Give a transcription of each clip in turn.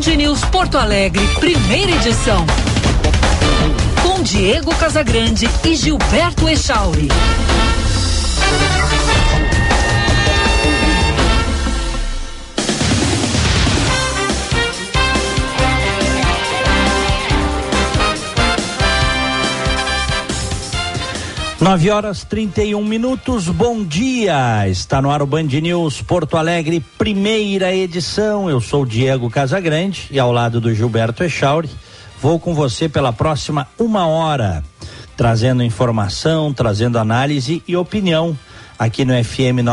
News Porto Alegre, primeira edição. Com Diego Casagrande e Gilberto Echauri. Nove horas 31 minutos, bom dia, está no ar o Band News Porto Alegre, primeira edição. Eu sou o Diego Casagrande e ao lado do Gilberto Echauri, vou com você pela próxima uma hora, trazendo informação, trazendo análise e opinião, aqui no FM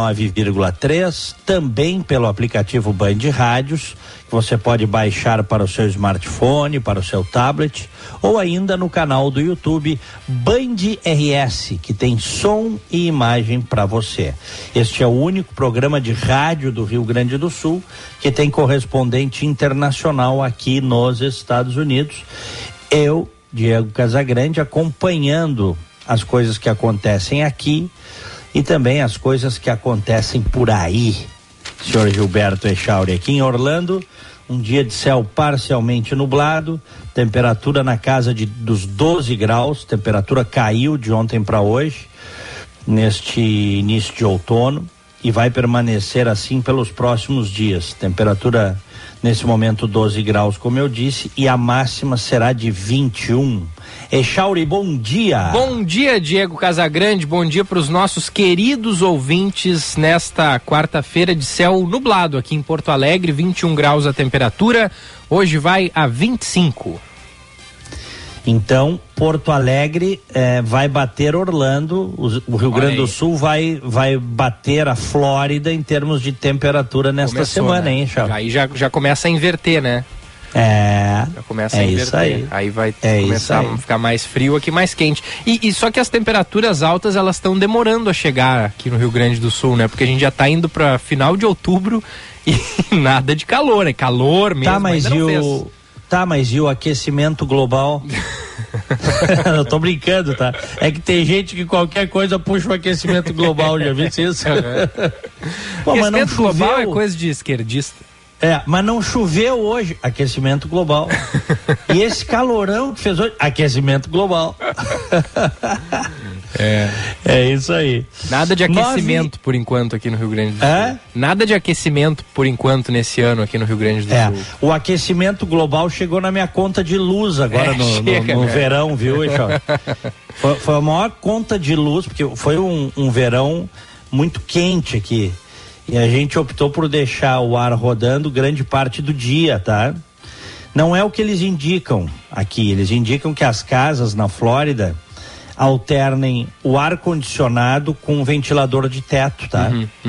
99,3, também pelo aplicativo Band Rádios, que você pode baixar para o seu smartphone, para o seu tablet, ou ainda no canal do YouTube Band RS, que tem som e imagem para você. Este é o único programa de rádio do Rio Grande do Sul que tem correspondente internacional aqui nos Estados Unidos. Eu, Diego Casagrande, acompanhando as coisas que acontecem aqui e também as coisas que acontecem por aí. Senhor Gilberto Echauri, aqui em Orlando, um dia de céu parcialmente nublado, temperatura na casa dos 12 graus, temperatura caiu de ontem para hoje, neste início de outono, e vai permanecer assim pelos próximos dias. Temperatura nesse momento 12 graus, como eu disse, e a máxima será de 21. Echauri, bom dia. Bom dia, Diego Casagrande, bom dia para os nossos queridos ouvintes nesta quarta-feira de céu nublado aqui em Porto Alegre, 21 graus a temperatura, hoje vai a 25. Então, Porto Alegre vai bater Orlando, o Rio Grande do Sul vai bater a Flórida em termos de temperatura nesta semana, né? Hein, Echauri? Aí já começa a inverter, né? Já começa a inverter. Aí vai começar a ficar mais frio aqui, mais quente. E só que as temperaturas altas, elas estão demorando a chegar aqui no Rio Grande do Sul, né? Porque a gente já tá indo para final de outubro e nada de calor, é calor mesmo. Mas e o aquecimento global? Eu tô brincando, tá? É que tem gente que qualquer coisa puxa o aquecimento global, já viu isso? Pô, mas não choveu... global é coisa de esquerdista. Mas não choveu hoje, aquecimento global. E esse calorão que fez hoje, aquecimento global. É isso aí. Nada de aquecimento por enquanto aqui no Rio Grande do Sul. Nada de aquecimento por enquanto nesse ano aqui no Rio Grande do Sul. O aquecimento global chegou na minha conta de luz agora no verão, viu, Echauri? Foi a maior conta de luz, porque foi um verão muito quente aqui. E a gente optou por deixar o ar rodando grande parte do dia, tá? Não é o que eles indicam aqui. Eles indicam que as casas na Flórida alternem o ar-condicionado com o ventilador de teto, tá?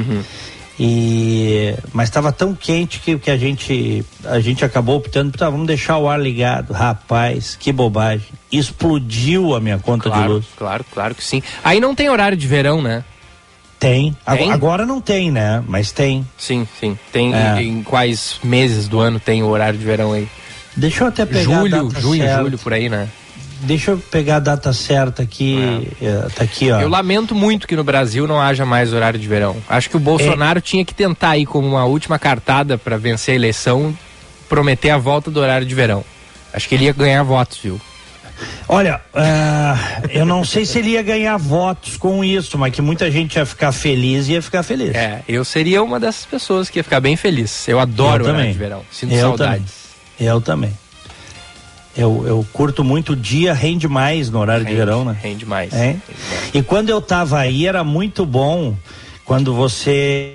Mas estava tão quente que a gente acabou optando, vamos deixar o ar ligado. Rapaz, que bobagem. Explodiu a minha conta de luz. Claro que sim. Aí não tem horário de verão, né? Tem? Agora não tem, né? Mas tem. Sim. Tem em quais meses do ano tem o horário de verão aí? Deixa eu até pegar julho, por aí, né? Deixa eu pegar a data certa aqui. Tá aqui, ó. Eu lamento muito que no Brasil não haja mais horário de verão. Acho que o Bolsonaro tinha que tentar aí, como uma última cartada para vencer a eleição, prometer a volta do horário de verão. Acho que ele ia ganhar votos, viu? Olha, eu não sei se ele ia ganhar votos com isso, mas que muita gente ia ficar feliz e ia ficar feliz. Eu seria uma dessas pessoas que ia ficar bem feliz. Eu adoro o horário de verão, sinto saudades. Eu também. Eu curto muito o dia, rende mais no horário de verão, né? Rende mais. E quando eu tava aí, era muito bom quando você...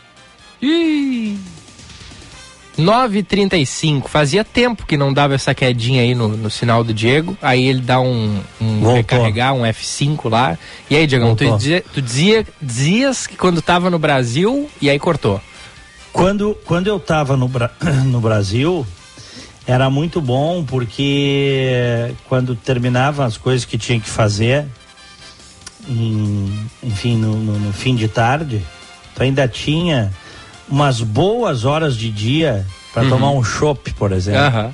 9h35, fazia tempo que não dava essa quedinha aí no sinal do Diego, aí ele dá um recarregar, um F5 lá, e aí, Diegão, tu dizias que quando tava no Brasil, e aí cortou. Quando eu tava no Brasil, era muito bom, porque quando terminava as coisas que tinha que fazer, enfim, no fim de tarde, tu ainda tinha umas boas horas de dia para tomar um chopp, por exemplo.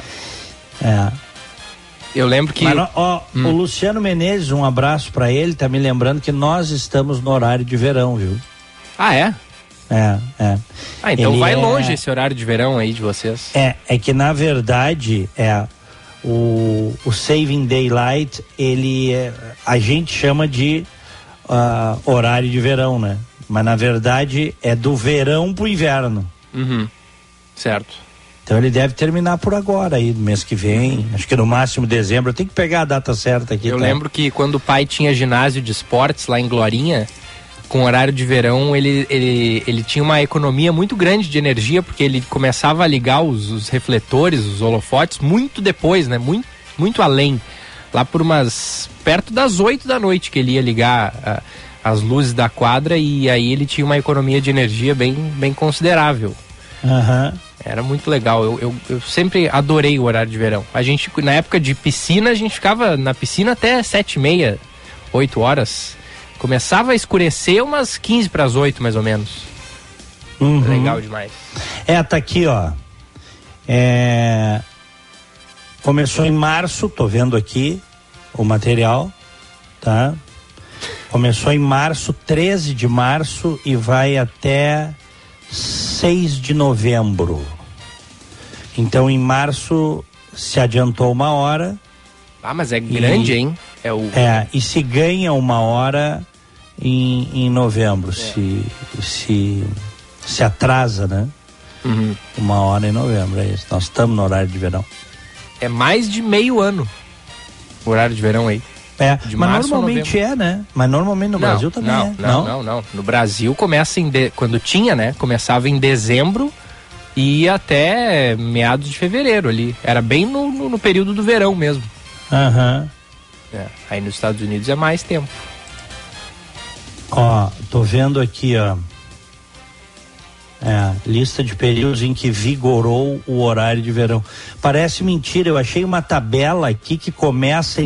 Eu lembro que... Mas, o Luciano Menezes, um abraço para ele, tá me lembrando que nós estamos no horário de verão, viu? Ah, é? Então ele vai longe esse horário de verão aí de vocês. É que na verdade o Saving Daylight, a gente chama de horário de verão, né? Mas na verdade é do verão pro inverno. Certo. Então ele deve terminar por agora aí, no mês que vem, acho que no máximo dezembro. Eu tenho que pegar a data certa aqui. Eu lembro que quando o pai tinha ginásio de esportes lá em Glorinha, com horário de verão, ele tinha uma economia muito grande de energia, porque ele começava a ligar os refletores, os holofotes, muito depois, né? Muito, muito além. Lá por perto das 8 da noite que ele ia ligar as luzes da quadra, e aí ele tinha uma economia de energia bem considerável. Era muito legal. Eu sempre adorei o horário de verão. A gente, na época de piscina, a gente ficava na piscina até 7h30, 8 horas. Começava a escurecer umas 15 para as 8, mais ou menos. Legal demais. Tá aqui, ó. Começou em março, tô vendo aqui o material, tá? Começou em março, 13 de março, e vai até 6 de novembro. Então em março se adiantou 1 hora. Mas é grande, hein? E se ganha 1 hora em novembro, se atrasa, né? 1 hora em novembro, é isso. Nós estamos no horário de verão. É mais de meio ano o horário de verão aí. Mas normalmente né? Mas normalmente no Brasil também Não. No Brasil começa quando tinha, né? Começava em dezembro e ia até meados de fevereiro ali. Era bem no período do verão mesmo. Aí nos Estados Unidos é mais tempo. Tô vendo aqui, lista de períodos em que vigorou o horário de verão. Parece mentira, eu achei uma tabela aqui que começa em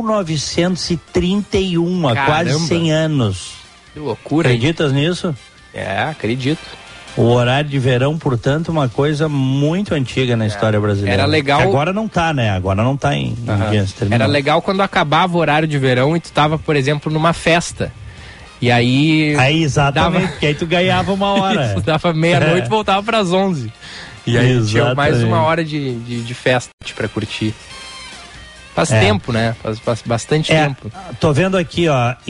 1931, há quase 100 anos. Que loucura. Acreditas nisso? Acredito. O horário de verão, portanto, uma coisa muito antiga na história brasileira. Era legal. Que agora não tá, né? Agora não tá em dias. Era legal quando acabava o horário de verão e tu tava, por exemplo, numa festa. E aí exatamente, porque aí tu ganhava 1 hora. Isso, dava meia-noite e voltava pras 11. E aí tinha mais 1 hora de festa pra curtir. Faz tempo, né? Faz bastante tempo. Tô vendo aqui,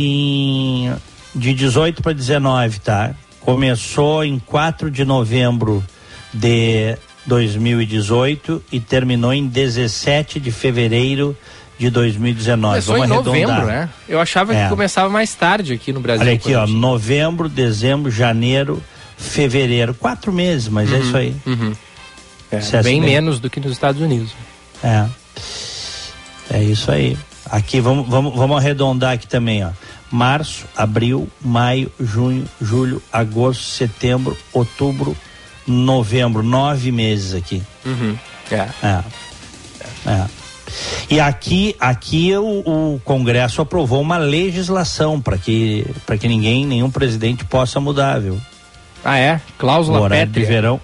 de 18 para 19, tá? Começou em 4 de novembro de 2018 e terminou em 17 de fevereiro de 2019. Começou em novembro, né? Eu achava que começava mais tarde aqui no Brasil. Olha aqui, novembro, dezembro, janeiro, fevereiro. 4 meses, mas é isso aí. Bem menos do que nos Estados Unidos. É isso aí. Aqui, vamos arredondar aqui também, março, abril, maio, junho, julho, agosto, setembro, outubro, novembro. 9 meses aqui. E aqui o Congresso aprovou uma legislação para que nenhum presidente possa mudar, viu? Cláusula pétrea. De verão.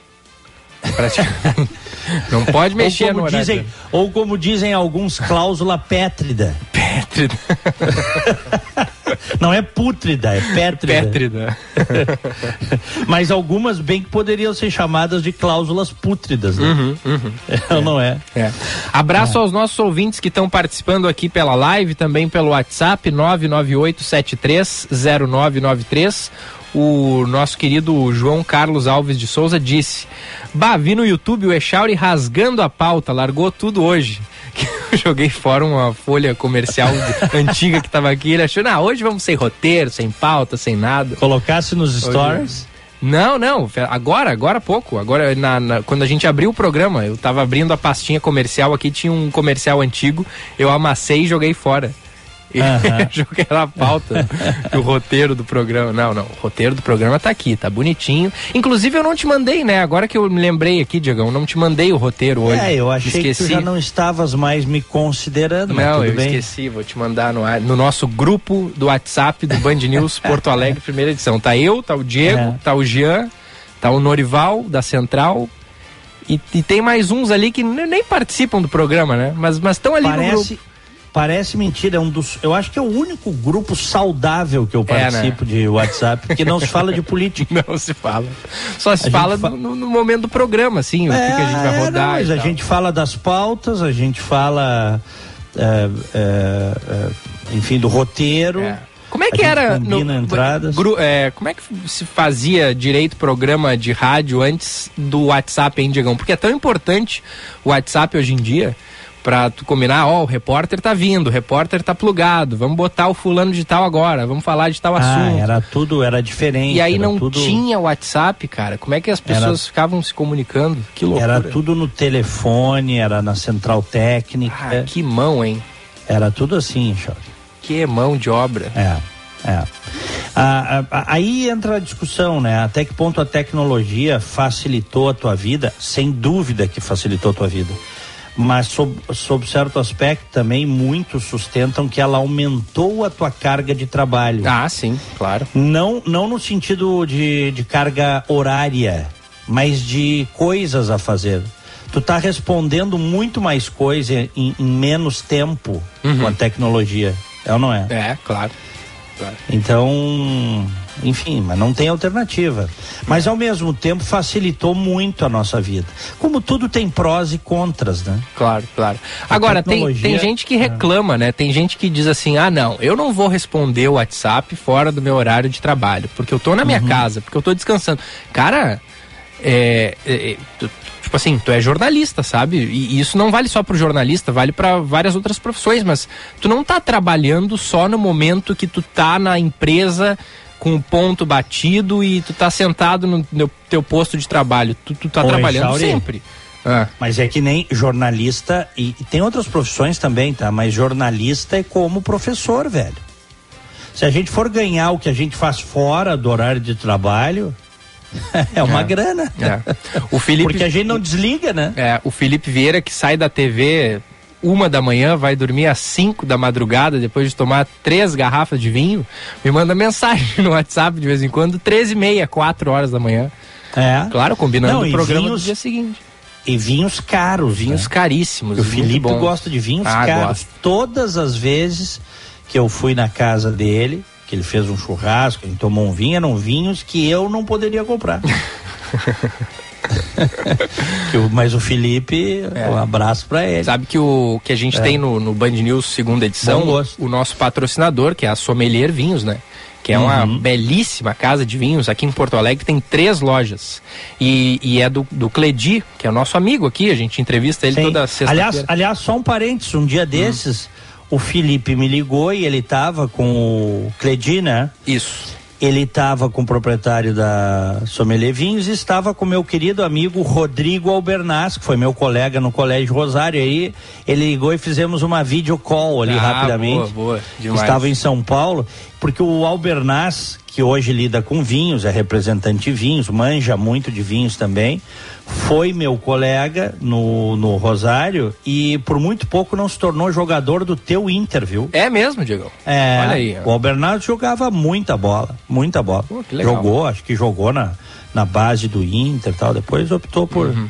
Não pode mexer no horário. Ou como dizem alguns, cláusula pétrida. Não é pútrida, é pétrida. Mas algumas bem que poderiam ser chamadas de cláusulas pútridas, né? Não é? Abraço aos nossos ouvintes que estão participando aqui pela live, também pelo WhatsApp 998730993. O nosso querido João Carlos Alves de Souza disse: vi no YouTube o Echauri rasgando a pauta, largou tudo hoje. Eu joguei fora uma folha comercial antiga que estava aqui. Ele achou, hoje vamos sem roteiro, sem pauta, sem nada. Colocasse nos stories? Não, agora há pouco. Agora, quando a gente abriu o programa, eu tava abrindo a pastinha comercial aqui, tinha um comercial antigo, eu amassei e joguei fora. Joguei na pauta o roteiro do programa. Não, o roteiro do programa tá aqui, tá bonitinho. Inclusive eu não te mandei, né? Agora que eu me lembrei aqui, Diegão, não te mandei o roteiro hoje. Eu achei que tu já não estavas mais me considerando, mas não, tudo eu bem. Esqueci, vou te mandar no nosso grupo do WhatsApp do Band News Porto Alegre, primeira edição. Tá eu, tá o Diego, tá o Jean, tá o Norival da Central. E tem mais uns ali que nem participam do programa, né? Mas estão ali no grupo. parece mentira, eu acho que é o único grupo saudável que eu participo, né? De WhatsApp, porque não se fala de política. Não se fala. Só se fala no momento do programa, assim, o que a gente vai rodar. Mas a gente fala das pautas, a gente fala, enfim, do roteiro. Como é que era como é que se fazia direito programa de rádio antes do WhatsApp, hein, Diegão? Porque é tão importante o WhatsApp hoje em dia pra tu combinar, o repórter tá vindo, o repórter tá plugado, vamos botar o fulano de tal agora, vamos falar de tal assunto. Era diferente. E aí não tinha WhatsApp, cara. Como é que as pessoas ficavam se comunicando? Que loucura. Era tudo no telefone, era na central técnica. Que mão, hein? Era tudo assim, Charles. Que mão de obra. Aí entra a discussão, né? Até que ponto a tecnologia facilitou a tua vida? Sem dúvida que facilitou a tua vida. Mas sob certo aspecto também muitos sustentam que ela aumentou a tua carga de trabalho. Sim, claro. Não no sentido de carga horária, mas de coisas a fazer. Tu tá respondendo muito mais coisa em menos tempo com a tecnologia, é ou não é? Claro. Então, enfim, mas não tem alternativa. Mas ao mesmo tempo facilitou muito a nossa vida. Como tudo tem prós e contras, né? Claro. Agora, tem gente que reclama, né? Tem gente que diz assim, não, eu não vou responder o WhatsApp fora do meu horário de trabalho, porque eu tô na minha casa, porque eu tô descansando. Cara, tipo assim, tu é jornalista, sabe? E isso não vale só pro jornalista, vale para várias outras profissões, mas tu não tá trabalhando só no momento que tu tá na empresa com o ponto batido e tu tá sentado no teu posto de trabalho. Tu tá trabalhando Chauri, sempre. Mas é que nem jornalista, e tem outras profissões também, tá? Mas jornalista é como professor, velho. Se a gente for ganhar o que a gente faz fora do horário de trabalho... É uma grana. O Felipe, porque a gente não desliga, né? O Felipe Vieira, que sai da TV 1h, vai dormir às 5 da madrugada, depois de tomar 3 garrafas de vinho, me manda mensagem no WhatsApp de vez em quando, 13h30, 4 horas da manhã. Claro, combinando o programa do dia seguinte. E vinhos caros. Vinhos caríssimos. O Felipe gosta de vinhos caros. Gosto. Todas as vezes que eu fui na casa dele, que ele fez um churrasco, ele tomou um vinho, eram vinhos que eu não poderia comprar. Mas o Felipe, um abraço pra ele. Sabe que a gente tem no Band News segunda edição, o nosso patrocinador, que é a Sommelier Vinhos, né? Que é uma belíssima casa de vinhos aqui em Porto Alegre, tem 3 lojas. E é do Cledi, que é o nosso amigo aqui, a gente entrevista ele toda sexta-feira. Aliás, só um parênteses, um dia desses... O Felipe me ligou e ele tava com o Cledi, né? Isso. Ele tava com o proprietário da Sommelier Vinhos e estava com meu querido amigo Rodrigo Albernaz, que foi meu colega no Colégio Rosário. Aí ele ligou e fizemos uma video call ali rapidamente. Boa, demais. Estava em São Paulo, porque o Albernaz, que hoje lida com vinhos, é representante de vinhos, manja muito de vinhos também, foi meu colega no Rosário e por muito pouco não se tornou jogador do teu Inter, viu? É mesmo, Diego? Olha aí. O Albernaz jogava muita bola. Pô, que legal. Acho que jogou na base do Inter e tal, depois optou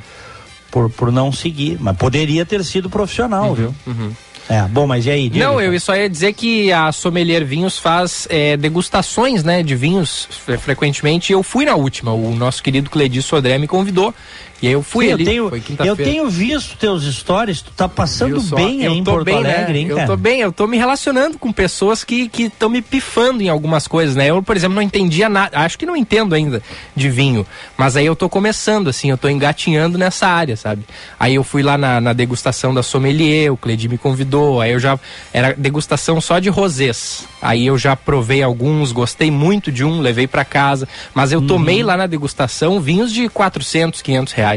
por não seguir, mas poderia ter sido profissional, viu? Bom, mas e aí, Diego? Não, eu só ia dizer que a Sommelier Vinhos faz degustações, né, de vinhos frequentemente. Eu fui na última, o nosso querido Cledi Sodré me convidou. E aí eu fui foi quinta-feira. Eu tenho visto teus stories, tu tá passando bem aí em Porto Alegre, né? Hein, cara? Eu tô me relacionando com pessoas que estão me pifando em algumas coisas, né? Eu, por exemplo, não entendia nada, acho que não entendo ainda de vinho, mas aí eu tô começando, assim, eu tô engatinhando nessa área, sabe? Aí eu fui lá na degustação da Sommelier, o Cledi me convidou, aí era degustação só de rosés. Aí eu já provei alguns, gostei muito de um, levei pra casa, mas eu tomei lá na degustação vinhos de 400, 500 reais.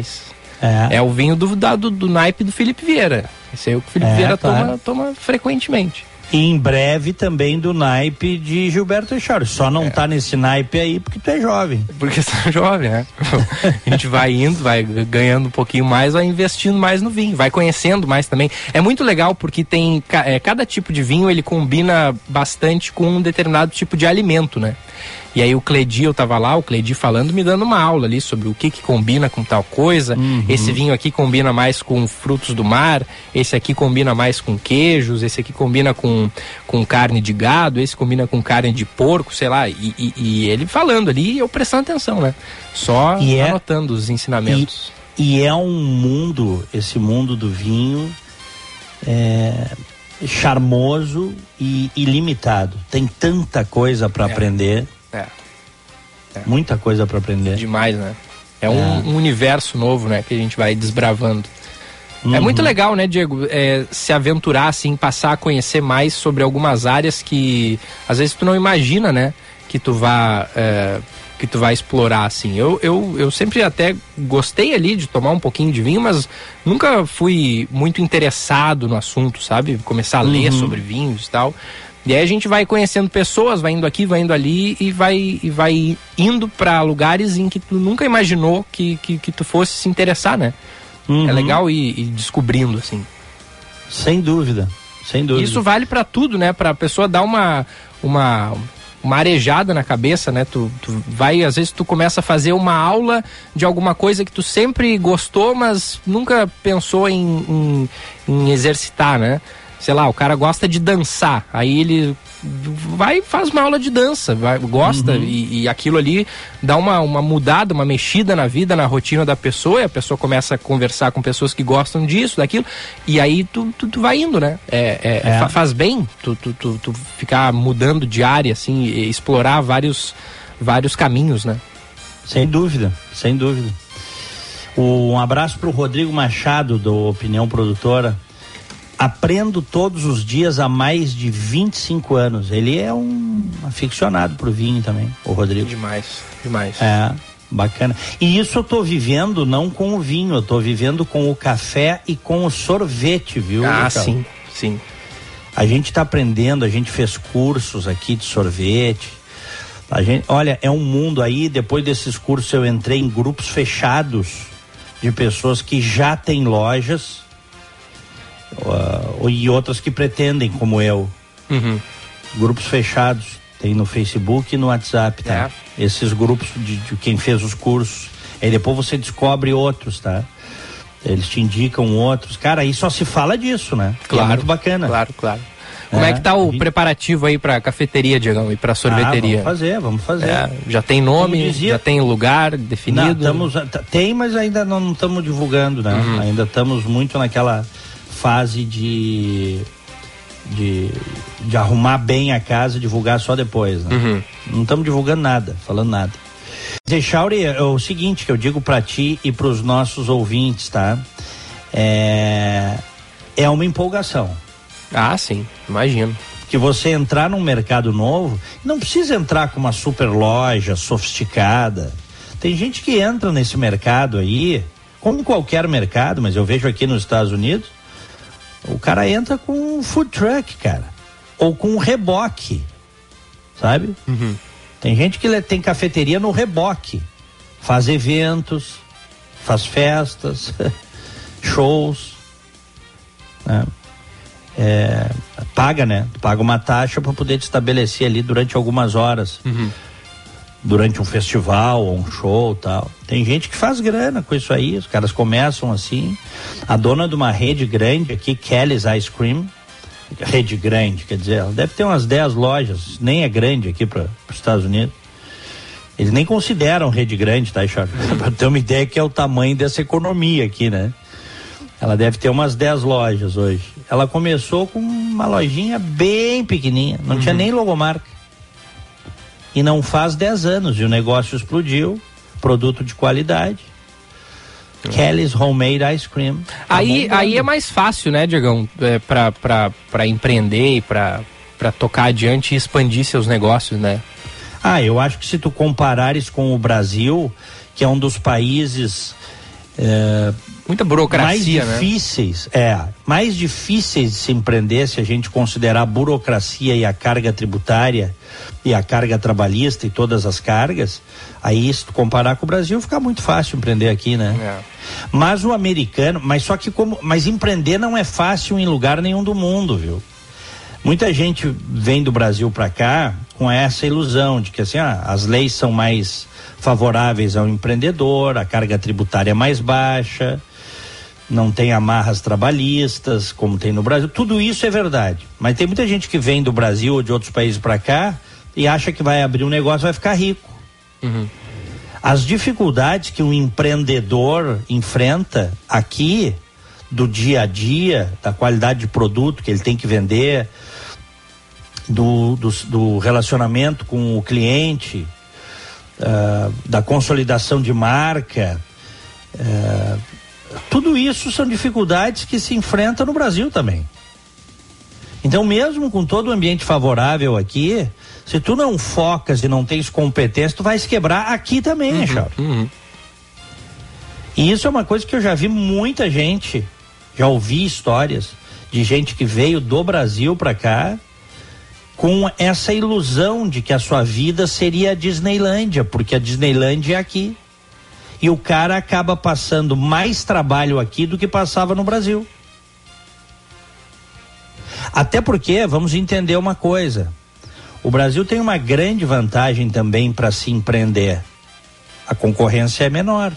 É o vinho do naipe do Felipe Vieira. Esse aí é o que o Felipe Vieira toma frequentemente. E em breve também do naipe de Gilberto Echauri. Só não tá nesse naipe aí porque tu é jovem. Porque tu é jovem, né? A gente vai indo, vai ganhando um pouquinho mais, vai investindo mais no vinho, vai conhecendo mais também. É muito legal porque tem cada tipo de vinho, ele combina bastante com um determinado tipo de alimento, né? E aí o Cledi, eu tava lá, o Cledi falando, me dando uma aula ali sobre o que combina com tal coisa. Esse vinho aqui combina mais com frutos do mar, esse aqui combina mais com queijos, esse aqui combina com carne de gado, esse combina com carne de porco, sei lá. E ele falando ali, eu prestando atenção, né? Só anotando os ensinamentos. E é um mundo, esse mundo do vinho, charmoso e ilimitado. Tem tanta coisa para aprender. Muita coisa para aprender. Demais, né? É um universo novo, né? Que a gente vai desbravando. É muito legal, né, Diego? Se aventurar, assim, passar a conhecer mais sobre algumas áreas que às vezes tu não imagina, né? Que tu vai explorar, assim. Eu sempre até gostei ali de tomar um pouquinho de vinho, mas nunca fui muito interessado no assunto, sabe? Começar a ler sobre vinhos e tal. E aí a gente vai conhecendo pessoas, vai indo aqui, vai indo ali e vai indo para lugares em que tu nunca imaginou que tu fosse se interessar, né? É legal ir descobrindo, assim. Sem dúvida, sem dúvida. Isso vale para tudo, né? Pra pessoa dar uma arejada na cabeça, né? Tu vai, às vezes tu começa a fazer uma aula de alguma coisa que tu sempre gostou, mas nunca pensou em exercitar, né? Sei lá, o cara gosta de dançar, aí ele vai e faz uma aula de dança, gosta, e aquilo ali dá uma mudada, uma mexida na vida, na rotina da pessoa, e a pessoa começa a conversar com pessoas que gostam disso, daquilo, e aí tu vai indo, né? Faz bem tu ficar mudando de área, assim, e explorar vários caminhos, né? Sem dúvida, sem dúvida. Um abraço pro Rodrigo Machado, do Opinião Produtora. Aprendo todos os dias há mais de 25 anos. Ele é um aficionado pro vinho também, o Rodrigo. Demais. Bacana. E isso eu tô vivendo não com o vinho, eu tô vivendo com o café e com o sorvete, viu? Sim. A gente tá aprendendo, a gente fez cursos aqui de sorvete. Olha, é um mundo aí, depois desses cursos eu entrei em grupos fechados de pessoas que já têm lojas, e outras que pretendem, como eu. Grupos fechados, tem no Facebook e no WhatsApp, tá? Esses grupos de quem fez os cursos. Aí depois você descobre outros, tá? Eles te indicam outros. Cara, aí só se fala disso, né? Claro. É muito bacana. Claro. Como é que tá o preparativo aí pra cafeteria, Diegão, e pra sorveteria? Vamos fazer. Já tem nome, já tem lugar definido? Não, tem, mas ainda não estamos divulgando, né? Ainda estamos muito naquela fase de arrumar bem a casa, divulgar só depois, né? Não estamos divulgando nada, falando nada. Echauri, é o seguinte que eu digo pra ti e pros nossos ouvintes, tá? É uma empolgação. Sim, imagino. Que você entrar num mercado novo, não precisa entrar com uma super loja sofisticada. Tem gente que entra nesse mercado aí, como qualquer mercado, mas eu vejo aqui nos Estados Unidos, o cara entra com um food truck, cara, ou com um reboque, sabe? Tem gente que tem cafeteria no reboque, faz eventos, faz festas, shows, né? Paga, né? Paga uma taxa para poder te estabelecer ali durante algumas horas, durante um festival ou um show, tal. Tem gente que faz grana com isso aí, os caras começam assim. A dona de uma rede grande aqui, Kelly's Ice Cream, rede grande, quer dizer, ela deve ter umas 10 lojas, nem é grande aqui para os Estados Unidos. Eles nem consideram rede grande, tá, Charles? Para ter uma ideia que é o tamanho dessa economia aqui, né? Ela deve ter umas 10 lojas hoje. Ela começou com uma lojinha bem pequenininha, não tinha nem logomarca. E não faz 10 anos, e o negócio explodiu, produto de qualidade. Kelly's Homemade Ice Cream. Aí é mais fácil, né, Diegão, pra empreender e pra tocar adiante e expandir seus negócios, né? Eu acho que se tu comparares com o Brasil, que é um dos países muita burocracia, mais difíceis de se empreender, se a gente considerar a burocracia e a carga tributária e a carga trabalhista e todas as cargas. Aí, se tu comparar com o Brasil, fica muito fácil empreender aqui, né? Mas o americano, mas empreender não é fácil em lugar nenhum do mundo, viu? Muita gente vem do Brasil pra cá com essa ilusão de que assim, as leis são mais favoráveis ao empreendedor, a carga tributária é mais baixa, não tem amarras trabalhistas como tem no Brasil. Tudo isso é verdade, mas tem muita gente que vem do Brasil ou de outros países para cá e acha que vai abrir um negócio e vai ficar rico. As dificuldades que um empreendedor enfrenta aqui, do dia a dia, da qualidade de produto que ele tem que vender, do relacionamento com o cliente, da consolidação de marca, tudo isso são dificuldades que se enfrentam no Brasil também. Então, mesmo com todo o ambiente favorável aqui, se tu não focas e não tens competência, tu vai se quebrar aqui também, Charles. E isso é uma coisa que eu já vi muita gente, já ouvi histórias de gente que veio do Brasil para cá com essa ilusão de que a sua vida seria a Disneylândia, porque a Disneylândia é aqui. E o cara acaba passando mais trabalho aqui do que passava no Brasil. Até porque, vamos entender uma coisa, o Brasil tem uma grande vantagem também para se empreender. A concorrência é menor.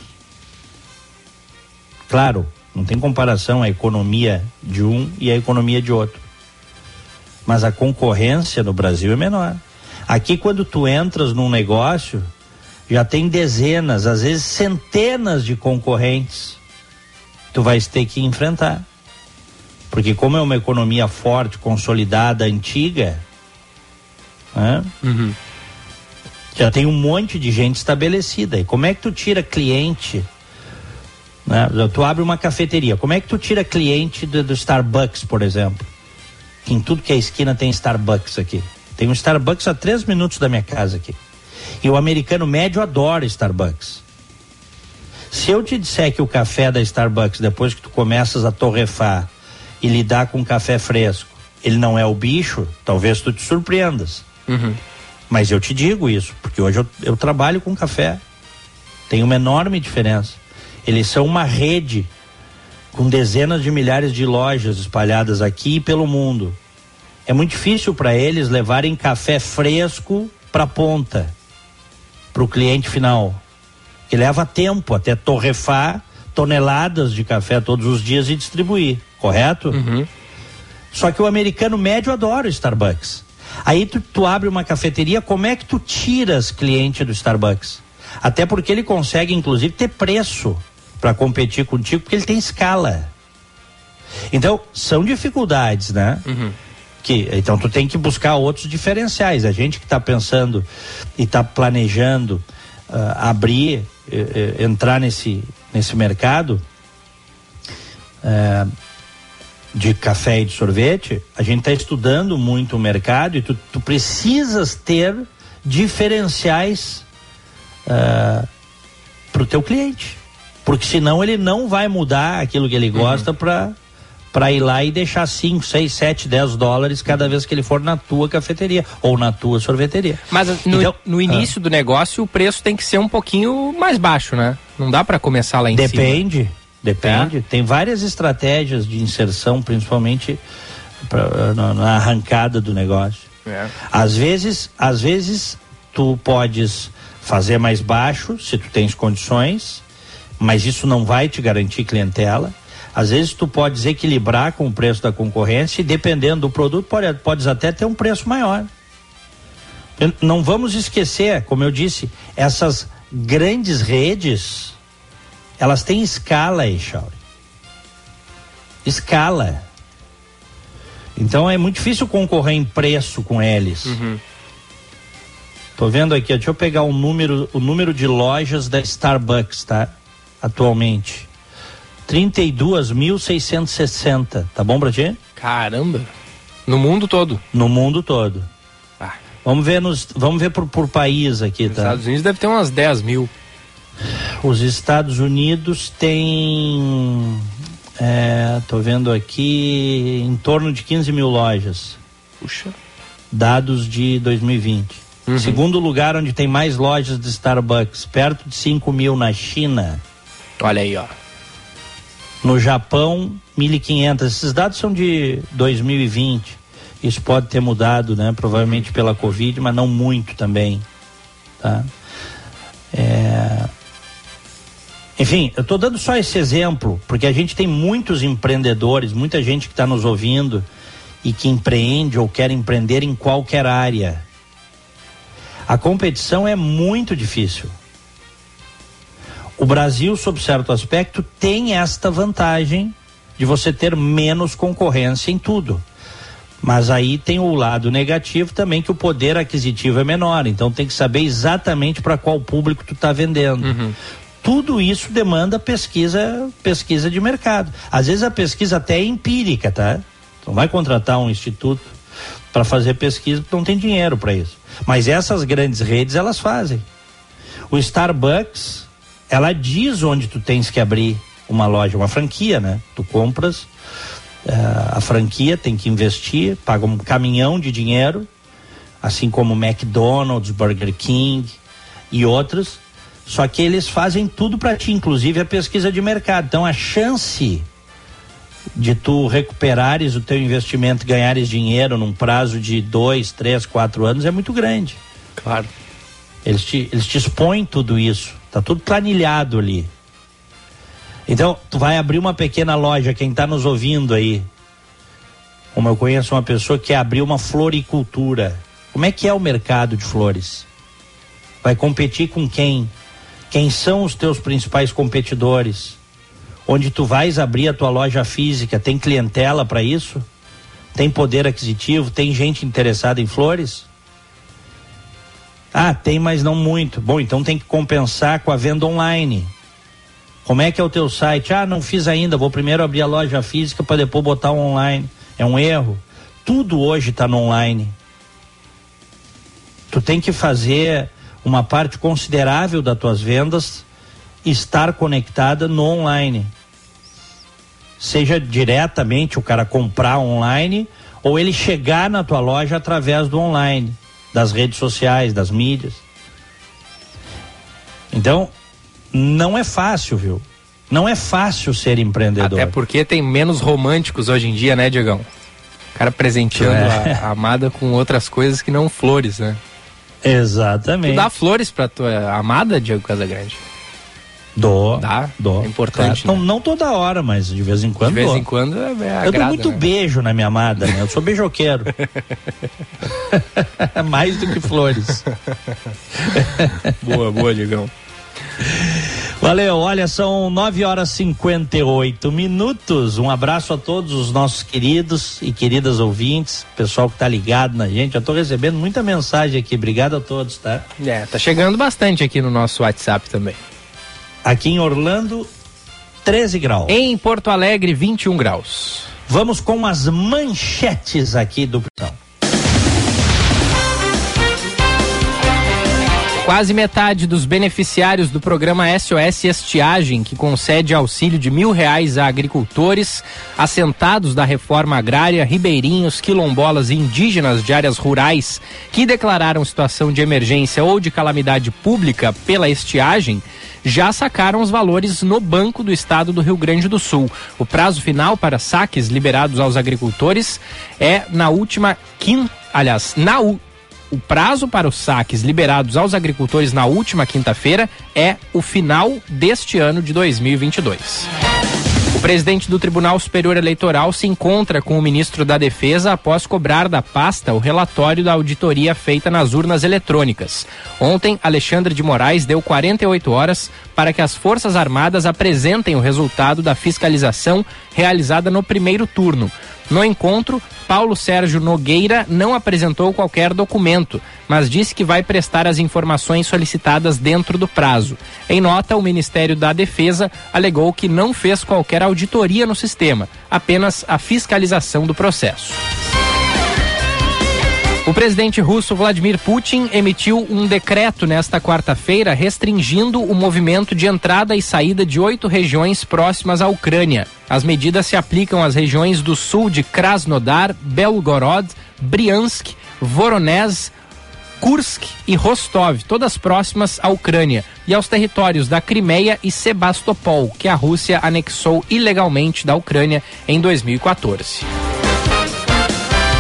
Claro, não tem comparação a economia de um e a economia de outro. Mas a concorrência no Brasil é menor. Aqui, quando tu entras num negócio, já tem dezenas, às vezes centenas de concorrentes. Tu vais ter que enfrentar. Porque como é uma economia forte, consolidada, antiga, né? Já tem um monte de gente estabelecida. E como é que tu tira cliente, né? Tu abre uma cafeteria, como é que tu tira cliente do Starbucks, por exemplo? Em tudo que é esquina tem Starbucks aqui. Tem um Starbucks a 3 minutos da minha casa aqui. E o americano médio adora Starbucks. Se eu te disser que o café da Starbucks, depois que tu começas a torrefar e lidar com café fresco, ele não é o bicho, talvez tu te surpreendas. Mas eu te digo isso, porque hoje eu trabalho com café. Tem uma enorme diferença. Eles são uma rede com dezenas de milhares de lojas espalhadas aqui e pelo mundo. É muito difícil para eles levarem café fresco para ponta, para o cliente final, que leva tempo até torrefar toneladas de café todos os dias e distribuir, correto? Só que o americano médio adora o Starbucks. Aí tu abre uma cafeteria, como é que tu tiras cliente do Starbucks? Até porque ele consegue inclusive ter preço para competir contigo, porque ele tem escala. Então, são dificuldades, né? Então tu tem que buscar outros diferenciais. A gente que está pensando e está planejando abrir, entrar nesse mercado de café e de sorvete, a gente está estudando muito o mercado e tu precisas ter diferenciais para o teu cliente, porque senão ele não vai mudar aquilo que ele gosta para ir lá e deixar 5, 6, 7, 10 dólares cada vez que ele for na tua cafeteria ou na tua sorveteria. Mas no início do negócio o preço tem que ser um pouquinho mais baixo, né? Não dá para começar lá em cima. Depende. Tem várias estratégias de inserção, principalmente na arrancada do negócio. Às vezes tu podes fazer mais baixo se tu tens condições, mas isso não vai te garantir clientela. Às vezes tu podes equilibrar com o preço da concorrência e, dependendo do produto, podes até ter um preço maior. Não vamos esquecer, como eu disse, essas grandes redes, elas têm escala aí, Chauri. Escala. Então é muito difícil concorrer em preço com eles. Tô vendo aqui, deixa eu pegar o número de lojas da Starbucks, tá? Atualmente. 32.660, tá bom pra ti? Caramba! No mundo todo? No mundo todo. Vamos ver por país aqui, tá? Os Estados Unidos deve ter umas 10 mil. Os Estados Unidos tem, tô vendo aqui, em torno de 15 mil lojas. Puxa. Dados de 2020. Segundo lugar onde tem mais lojas de Starbucks, perto de 5 mil na China. Olha aí, ó. No Japão, 1.500. Esses dados são de 2020. Isso pode ter mudado, né? Provavelmente pela Covid, mas não muito também, tá? Enfim, eu estou dando só esse exemplo, porque a gente tem muitos empreendedores, muita gente que está nos ouvindo e que empreende ou quer empreender em qualquer área. A competição é muito difícil. O Brasil, sob certo aspecto, tem esta vantagem de você ter menos concorrência em tudo. Mas aí tem o lado negativo também, que o poder aquisitivo é menor. Então tem que saber exatamente para qual público tu está vendendo. Uhum. Tudo isso demanda pesquisa de mercado. Às vezes a pesquisa até é empírica, tá? Tu não vai contratar um instituto para fazer pesquisa, porque não tem dinheiro para isso. Mas essas grandes redes, elas fazem. O Starbucks, ela diz onde tu tens que abrir uma loja, uma franquia, né? Tu compras a franquia, tem que investir, paga um caminhão de dinheiro, assim como McDonald's, Burger King e outros. Só que eles fazem tudo para ti, inclusive a pesquisa de mercado. Então a chance de tu recuperares o teu investimento, ganhares dinheiro num prazo de 2, 3, 4 anos é muito grande. Claro. Eles te expõem tudo isso, tá tudo planilhado ali. Então, tu vai abrir uma pequena loja, quem tá nos ouvindo aí, como eu conheço uma pessoa que abriu uma floricultura. Como é que é o mercado de flores? Vai competir com quem? Quem são os teus principais competidores? Onde tu vais abrir a tua loja física, tem clientela para isso? Tem poder aquisitivo? Tem gente interessada em flores? Ah, tem, mas não muito. Bom, então tem que compensar com a venda online. Como é que é o teu site? Ah, não fiz ainda, vou primeiro abrir a loja física para depois botar o online. É um erro. Tudo hoje está no online. Tu tem que fazer uma parte considerável das tuas vendas estar conectada no online. Seja diretamente o cara comprar online ou ele chegar na tua loja através do online, das redes sociais, das mídias. Então, não é fácil, viu? Não é fácil ser empreendedor. Até porque tem menos românticos hoje em dia, né, Diegão? O cara presenteando a amada com outras coisas que não flores, né? Exatamente. Tu dá flores pra tua amada, Diego Casagrande? Dou. É importante, claro, né? não toda hora, mas de vez em quando. De vez em quando agrada, eu dou muito, né? Beijo na minha amada, né? Eu sou beijoqueiro. Mais do que flores. Boa, Diegão. Valeu, olha, são 9h58. Um abraço a todos os nossos queridos e queridas ouvintes, pessoal que tá ligado na gente. Já tô recebendo muita mensagem aqui, obrigado a todos, tá? Tá chegando bastante aqui no nosso WhatsApp também. Aqui em Orlando, 13 graus. Em Porto Alegre, 21 graus. Vamos com as manchetes aqui do Pitão. Quase metade dos beneficiários do programa SOS Estiagem, que concede auxílio de R$1.000 a agricultores assentados da reforma agrária, ribeirinhos, quilombolas e indígenas de áreas rurais que declararam situação de emergência ou de calamidade pública pela estiagem, já sacaram os valores no Banco do Estado do Rio Grande do Sul. O prazo final para saques liberados aos agricultores é na última O prazo para os saques liberados aos agricultores na última quinta-feira é o final deste ano de 2022. O presidente do Tribunal Superior Eleitoral se encontra com o ministro da Defesa após cobrar da pasta o relatório da auditoria feita nas urnas eletrônicas. Ontem, Alexandre de Moraes deu 48 horas para que as Forças Armadas apresentem o resultado da fiscalização realizada no primeiro turno. No encontro, Paulo Sérgio Nogueira não apresentou qualquer documento, mas disse que vai prestar as informações solicitadas dentro do prazo. Em nota, o Ministério da Defesa alegou que não fez qualquer auditoria no sistema, apenas a fiscalização do processo. O presidente russo Vladimir Putin emitiu um decreto nesta quarta-feira restringindo o movimento de entrada e saída de 8 regiões próximas à Ucrânia. As medidas se aplicam às regiões do sul de Krasnodar, Belgorod, Briansk, Voronezh, Kursk e Rostov, todas próximas à Ucrânia, e aos territórios da Crimeia e Sebastopol, que a Rússia anexou ilegalmente da Ucrânia em 2014.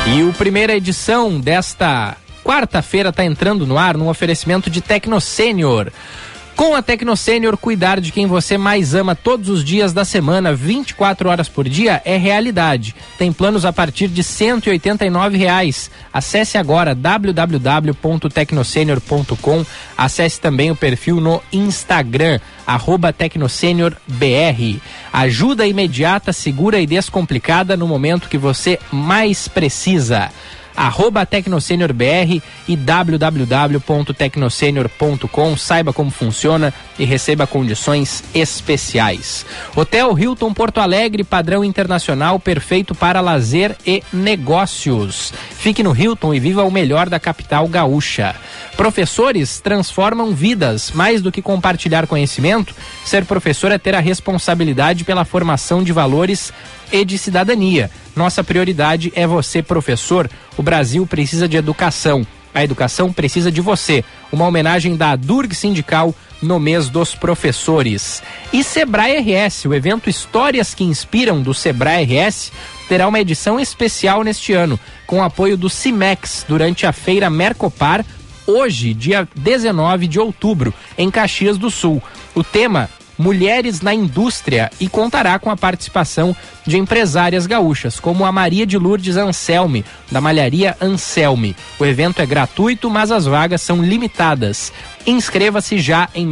E o primeira edição desta quarta-feira está entrando no ar num oferecimento de Tecnosênior. Com a Tecnosênior, cuidar de quem você mais ama todos os dias da semana, 24 horas por dia, é realidade. Tem planos a partir de R$ 189. Acesse agora www.tecnosenior.com. Acesse também o perfil no Instagram, @tecnosenior.br. Ajuda imediata, segura e descomplicada no momento que você mais precisa. @tecnosenior.br e www.tecnosenior.com. Saiba como funciona e receba condições especiais. Hotel Hilton Porto Alegre, padrão internacional, perfeito para lazer e negócios. Fique no Hilton e viva o melhor da capital gaúcha. Professores transformam vidas. Mais do que compartilhar conhecimento, ser professor é ter a responsabilidade pela formação de valores e de cidadania. Nossa prioridade é você, professor. O Brasil precisa de educação. A educação precisa de você. Uma homenagem da Durg Sindical no mês dos professores. E Sebrae RS, o evento Histórias que Inspiram do Sebrae RS, terá uma edição especial neste ano, com o apoio do Cimex, durante a feira Mercopar, hoje, dia 19 de outubro, em Caxias do Sul. O tema: Mulheres na Indústria, e contará com a participação de empresárias gaúchas, como a Maria de Lourdes Anselmi, da Malharia Anselmi. O evento é gratuito, mas as vagas são limitadas. Inscreva-se já em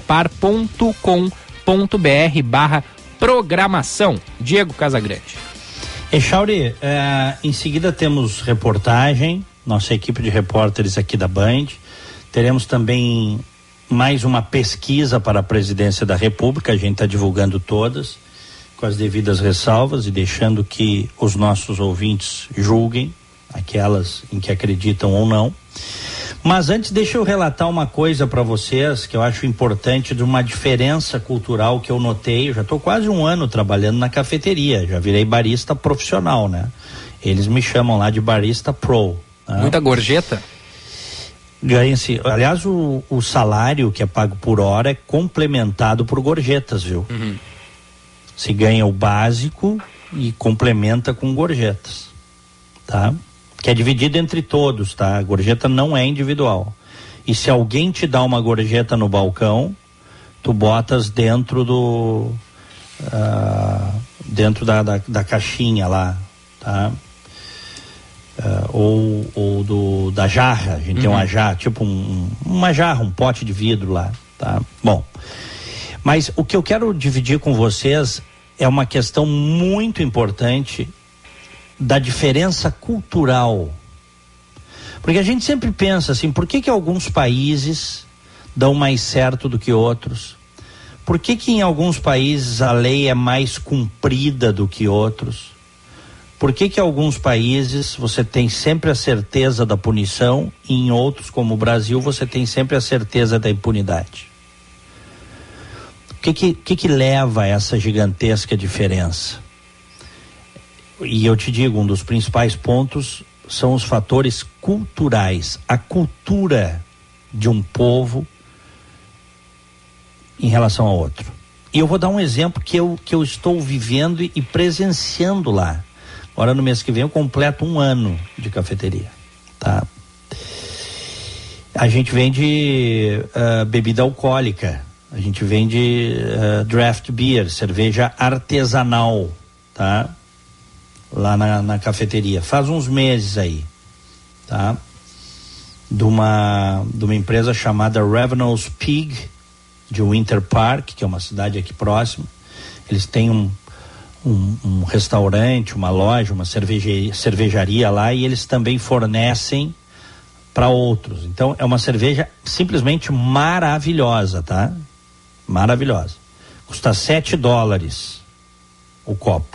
mercopar.com.br/programação. Diego Casagrande. Echauri, em seguida temos reportagem, nossa equipe de repórteres aqui da Band. Teremos também mais uma pesquisa para a presidência da República. A gente está divulgando todas com as devidas ressalvas e deixando que os nossos ouvintes julguem aquelas em que acreditam ou não. Mas antes, deixa eu relatar uma coisa para vocês que eu acho importante, de uma diferença cultural que eu notei. Eu já estou quase um ano trabalhando na cafeteria, já virei barista profissional, né? Eles me chamam lá de barista pro. Né? Muita gorjeta? Ganha-se, aliás, o salário que é pago por hora é complementado por gorjetas, viu? Uhum. Se ganha o básico e complementa com gorjetas, tá? Que é dividido entre todos, tá? A gorjeta não é individual. E se alguém te dá uma gorjeta no balcão, tu botas dentro do dentro da caixinha lá, tá? Ou da jarra. A gente tem uma jarra, tipo uma jarra, um pote de vidro lá, tá? Bom, mas o que eu quero dividir com vocês é uma questão muito importante da diferença cultural. Porque a gente sempre pensa assim, por que alguns países dão mais certo do que outros? Por que em alguns países a lei é mais cumprida do que outros? Por que alguns países você tem sempre a certeza da punição e em outros, como o Brasil, você tem sempre a certeza da impunidade? O que leva a essa gigantesca diferença? E eu te digo, um dos principais pontos são os fatores culturais, a cultura de um povo em relação ao outro. E eu vou dar um exemplo que eu estou vivendo e presenciando lá. Agora, no mês que vem, eu completo 1 ano de cafeteria, tá? A gente vende bebida alcoólica, a gente vende draft beer, cerveja artesanal, tá? Lá na cafeteria. Faz uns meses aí, tá? De uma empresa chamada Ravenous Pig, de Winter Park, que é uma cidade aqui próxima. Eles têm um restaurante, uma loja, uma cervejaria lá, e eles também fornecem para outros. Então é uma cerveja simplesmente maravilhosa, tá? Maravilhosa. Custa $7 o copo.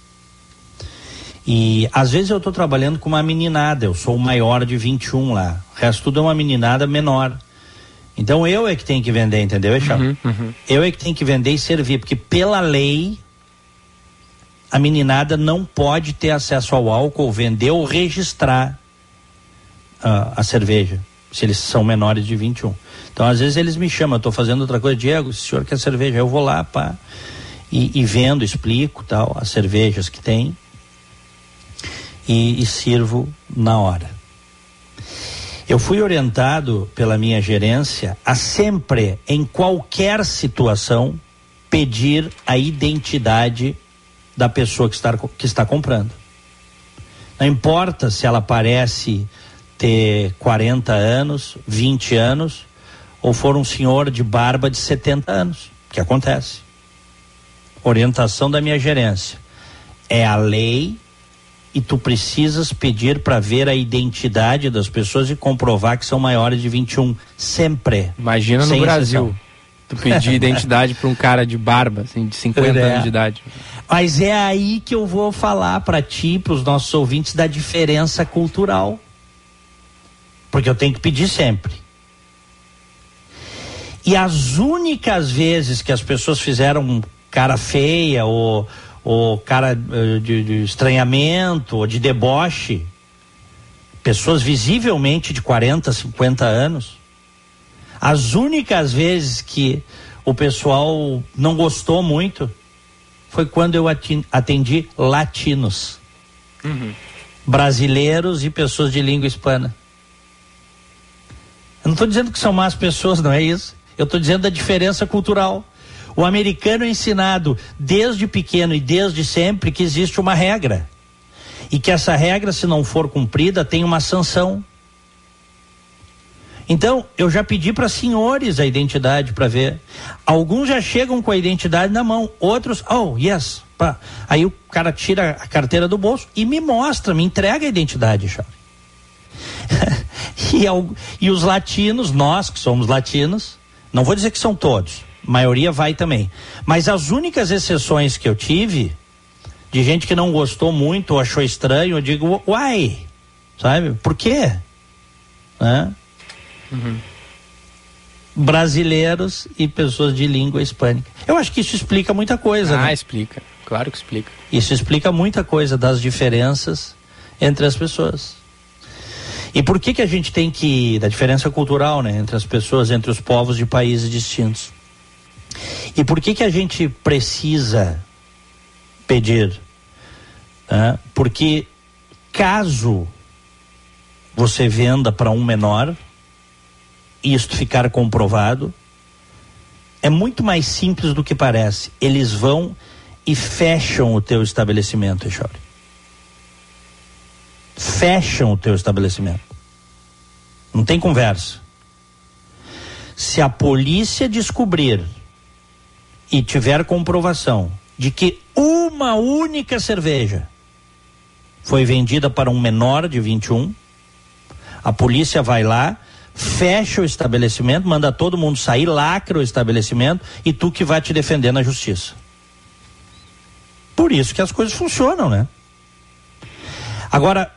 E às vezes eu estou trabalhando com uma meninada, eu sou o maior de 21 lá, o resto tudo é uma meninada menor. Então eu é que tenho que vender, entendeu, Echão? Eu é que tenho que vender e servir, porque pela lei a meninada não pode ter acesso ao álcool, vender ou registrar a cerveja, se eles são menores de 21. Então às vezes eles me chamam, eu estou fazendo outra coisa, Diego, se o senhor quer cerveja, eu vou lá, pá, e vendo, explico, tal, as cervejas que tem. e sirvo na hora. Eu fui orientado pela minha gerência a sempre, em qualquer situação, pedir a identidade da pessoa que está comprando. Não importa se ela parece ter 40 anos, 20 anos, ou for um senhor de barba de 70 anos, que acontece. Orientação da minha gerência. É a lei e tu precisas pedir para ver a identidade das pessoas e comprovar que são maiores de 21, sempre. Imagina no Brasil, tu pedir identidade para um cara de barba, assim, de 50 anos de idade. Mas é aí que eu vou falar para ti, para os nossos ouvintes, da diferença cultural. Porque eu tenho que pedir sempre. E as únicas vezes que as pessoas fizeram cara feia ou cara de estranhamento ou de deboche, pessoas visivelmente de 40, 50 anos, as únicas vezes que o pessoal não gostou muito foi quando eu atendi latinos, brasileiros e pessoas de língua hispana. Eu não estou dizendo que são más pessoas, não é isso. Eu estou dizendo da diferença cultural. O americano é ensinado desde pequeno e desde sempre que existe uma regra. E que essa regra, se não for cumprida, tem uma sanção. Então, eu já pedi para senhores a identidade para ver. Alguns já chegam com a identidade na mão, outros, oh, yes. Pá. Aí o cara tira a carteira do bolso e me mostra, me entrega a identidade, Charlie. E os latinos, nós que somos latinos, não vou dizer que são todos, a maioria vai também, mas as únicas exceções que eu tive, de gente que não gostou muito ou achou estranho, eu digo, uai, sabe, por quê? Né? Brasileiros e pessoas de língua hispânica. Eu acho que isso explica muita coisa, né? Explica, claro que explica. Isso explica muita coisa das diferenças entre as pessoas. E por que a gente tem que, da diferença cultural, né, entre as pessoas, entre os povos de países distintos? E por que a gente precisa pedir? Porque caso você venda para um menor e isto ficar comprovado, é muito mais simples do que parece. Eles vão e fecham o teu estabelecimento, Echauri. Fecham o teu estabelecimento. Não tem conversa. Se a polícia descobrir e tiver comprovação de que uma única cerveja foi vendida para um menor de 21, a polícia vai lá, fecha o estabelecimento, manda todo mundo sair, lacra o estabelecimento e tu que vai te defender na justiça. Por isso que as coisas funcionam, né? Agora,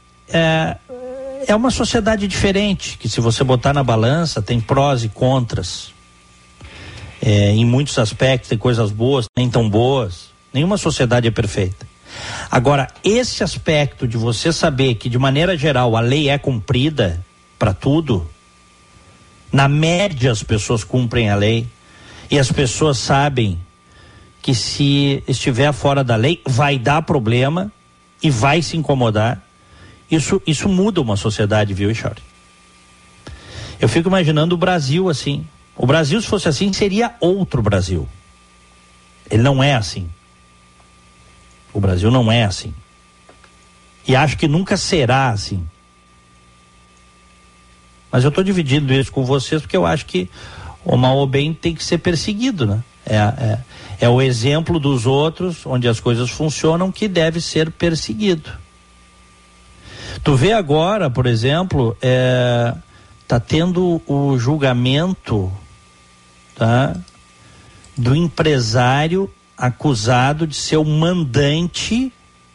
é uma sociedade diferente, que se você botar na balança, tem prós e contras. Em muitos aspectos tem coisas boas, nem tão boas. Nenhuma sociedade é perfeita. Agora, esse aspecto de você saber que de maneira geral a lei é cumprida para tudo, na média as pessoas cumprem a lei e as pessoas sabem que se estiver fora da lei vai dar problema e vai se incomodar. Isso muda uma sociedade, viu, Echauri? Eu fico imaginando o Brasil assim. O Brasil, se fosse assim, seria outro Brasil. Ele não é assim. O Brasil não é assim. E acho que nunca será assim. Mas eu estou dividindo isso com vocês porque eu acho que o mal ou bem tem que ser perseguido, né? É o exemplo dos outros, onde as coisas funcionam, que deve ser perseguido. Tu vê agora, por exemplo, tá tendo o julgamento, tá, do empresário acusado de ser o mandante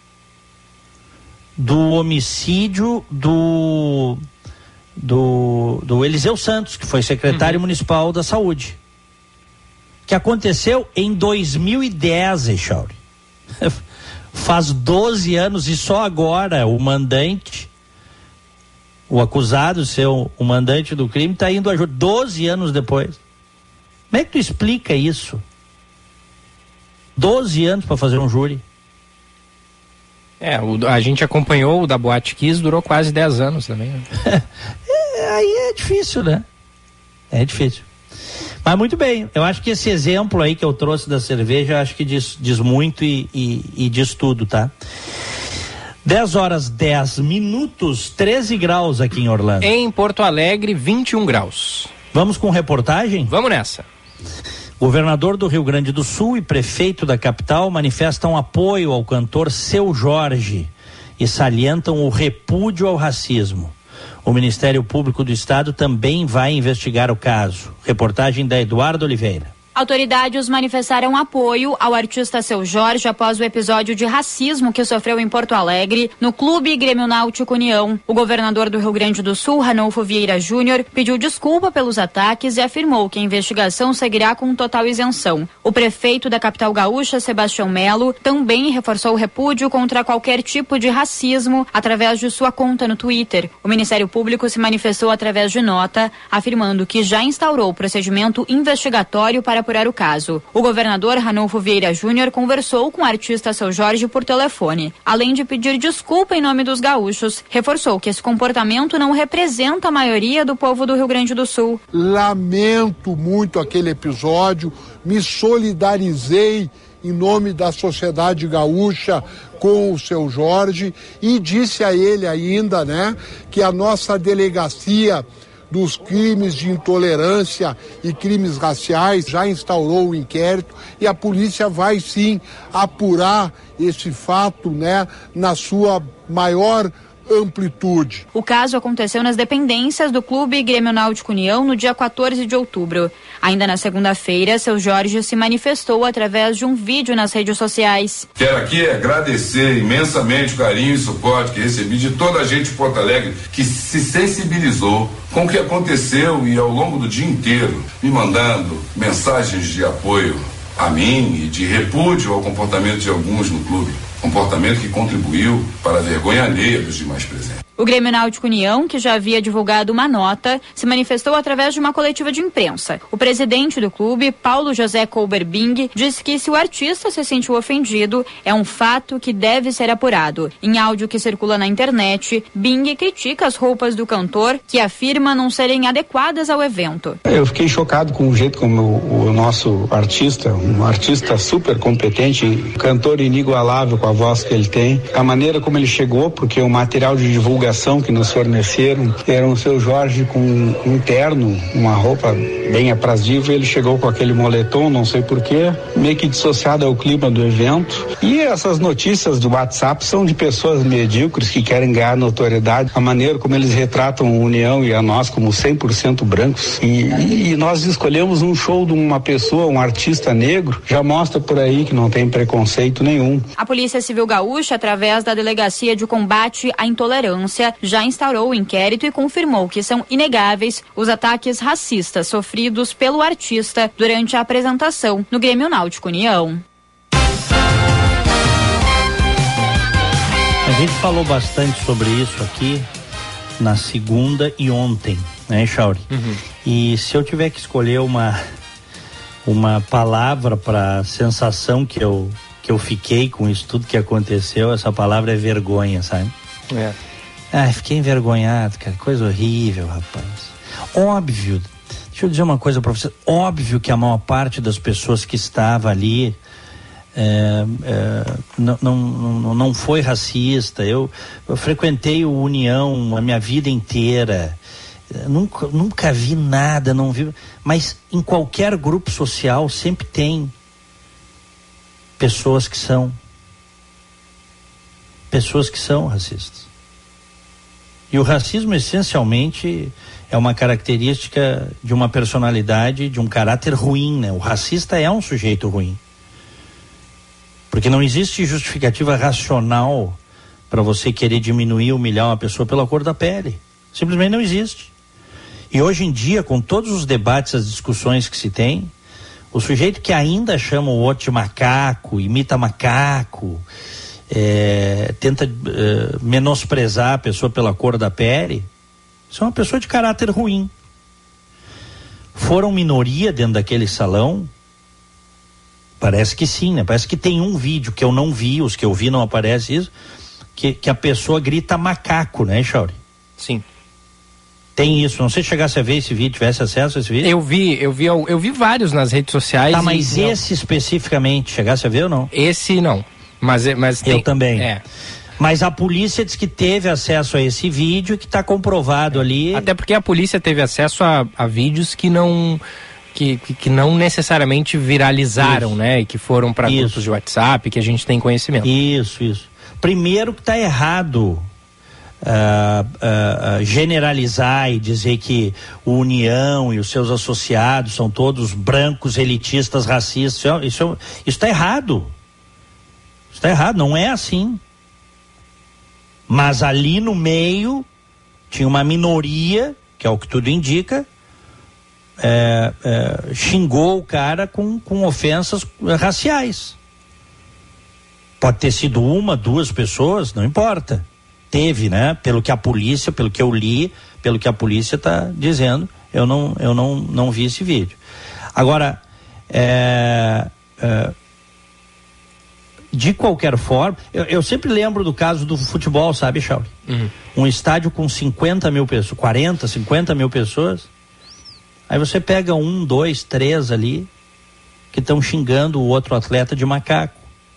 do homicídio do Eliseu Santos, que foi secretário municipal da saúde, que aconteceu em 2010, Echauri. Faz 12 anos e só agora o mandante, o acusado de ser o mandante do crime, está indo a júri 12 anos depois. Como é que tu explica isso? 12 anos para fazer um júri. A gente acompanhou o da Boate Kiss, durou quase 10 anos também. Né? Aí é difícil, né? É difícil. Mas muito bem, eu acho que esse exemplo aí que eu trouxe da cerveja, acho que diz muito e diz tudo, tá? 10h10, 13 graus aqui em Orlando. Em Porto Alegre, 21 graus. Vamos com reportagem? Vamos nessa. Governador do Rio Grande do Sul e prefeito da capital manifestam apoio ao cantor Seu Jorge e salientam o repúdio ao racismo. O Ministério Público do Estado também vai investigar o caso. Reportagem da Eduardo Oliveira. Autoridades manifestaram apoio ao artista Seu Jorge após o episódio de racismo que sofreu em Porto Alegre, no Clube Grêmio Náutico União. O governador do Rio Grande do Sul, Ranulfo Vieira Júnior, pediu desculpa pelos ataques e afirmou que a investigação seguirá com total isenção. O prefeito da capital gaúcha, Sebastião Melo, também reforçou o repúdio contra qualquer tipo de racismo através de sua conta no Twitter. O Ministério Público se manifestou através de nota, afirmando que já instaurou o procedimento investigatório para apurar o caso. O governador Ranulfo Vieira Júnior conversou com o artista Seu Jorge por telefone. Além de pedir desculpa em nome dos gaúchos, reforçou que esse comportamento não representa a maioria do povo do Rio Grande do Sul. Lamento muito aquele episódio, me solidarizei em nome da sociedade gaúcha com o Seu Jorge e disse a ele ainda, que a nossa delegacia dos crimes de intolerância e crimes raciais já instaurou o inquérito e a polícia vai sim apurar esse fato, na sua maior amplitude. O caso aconteceu nas dependências do Clube Grêmio Náutico União no dia 14 de outubro. Ainda na segunda-feira, Seu Jorge se manifestou através de um vídeo nas redes sociais. Quero aqui agradecer imensamente o carinho e suporte que recebi de toda a gente de Porto Alegre que se sensibilizou com o que aconteceu e ao longo do dia inteiro me mandando mensagens de apoio a mim e de repúdio ao comportamento de alguns no clube. Comportamento que contribuiu para a vergonha alheia dos demais presentes. O Grêmio Náutico União, que já havia divulgado uma nota, se manifestou através de uma coletiva de imprensa. O presidente do clube, Paulo José Colberbing, disse que se o artista se sentiu ofendido, é um fato que deve ser apurado. Em áudio que circula na internet, Bing critica as roupas do cantor, que afirma não serem adequadas ao evento. Eu fiquei chocado com o jeito como o nosso artista, um artista super competente, cantor inigualável com a voz que ele tem, a maneira como ele chegou, porque o material de divulgação que nos forneceram era o Seu Jorge com um terno, uma roupa bem aprazível. Ele chegou com aquele moletom, não sei porquê, meio que dissociado ao clima do evento. E essas notícias do WhatsApp são de pessoas medíocres que querem ganhar notoriedade. A maneira como eles retratam a União e a nós como 100% brancos. E nós escolhemos um show de uma pessoa, um artista negro, já mostra por aí que não tem preconceito nenhum. A Polícia Civil Gaúcha, através da Delegacia de Combate à Intolerância, já instaurou o inquérito e confirmou que são inegáveis os ataques racistas sofridos pelo artista durante a apresentação no Grêmio Náutico União. A gente falou bastante sobre isso aqui na segunda e ontem, né, Chauri? Uhum. E se eu tiver que escolher uma palavra para a sensação que eu fiquei com isso tudo que aconteceu, essa palavra é vergonha, sabe? Fiquei envergonhado, cara, coisa horrível, rapaz. Óbvio, deixa eu dizer uma coisa pra você, óbvio que a maior parte das pessoas que estava ali não foi racista. Eu frequentei o União a minha vida inteira, nunca vi nada, não vi, mas em qualquer grupo social sempre tem pessoas que são racistas. E o racismo essencialmente é uma característica de uma personalidade, de um caráter ruim, né? O racista é um sujeito ruim. Porque não existe justificativa racional para você querer diminuir, humilhar uma pessoa pela cor da pele. Simplesmente não existe. E hoje em dia, com todos os debates, as discussões que se tem, o sujeito que ainda chama o outro de macaco, imita macaco, tenta menosprezar a pessoa pela cor da pele, isso é uma pessoa de caráter ruim. Foram minoria dentro daquele salão? Parece que sim, né? Parece que tem um vídeo que eu não vi, os que eu vi não aparece isso, que a pessoa grita macaco, né, Chauri? Sim. Tem isso, não sei se chegasse a ver esse vídeo, tivesse acesso a esse vídeo. Eu vi vários nas redes sociais. Tá, mas esse especificamente, chegasse a ver ou não? Esse não, mas eu também. Mas a polícia diz que teve acesso a esse vídeo e que está comprovado ali. Até porque a polícia teve acesso a vídeos que não necessariamente viralizaram, né? E que foram para grupos de WhatsApp, que a gente tem conhecimento. Isso. Primeiro que está errado generalizar e dizer que o União e os seus associados são todos brancos, elitistas, racistas. Isso está errado. Isso está errado, não é assim. Mas ali no meio tinha uma minoria, que é o que tudo indica, xingou o cara com ofensas raciais. Pode ter sido 1, 2 pessoas, não importa. Teve, né? Pelo que eu li, pelo que a polícia está dizendo, eu não vi esse vídeo. Agora, de qualquer forma, eu sempre lembro do caso do futebol, sabe, Chauri? Um estádio com 50 mil pessoas, 40, 50 mil pessoas, aí você pega 1, 2, 3 ali, que estão xingando o outro atleta de macaco.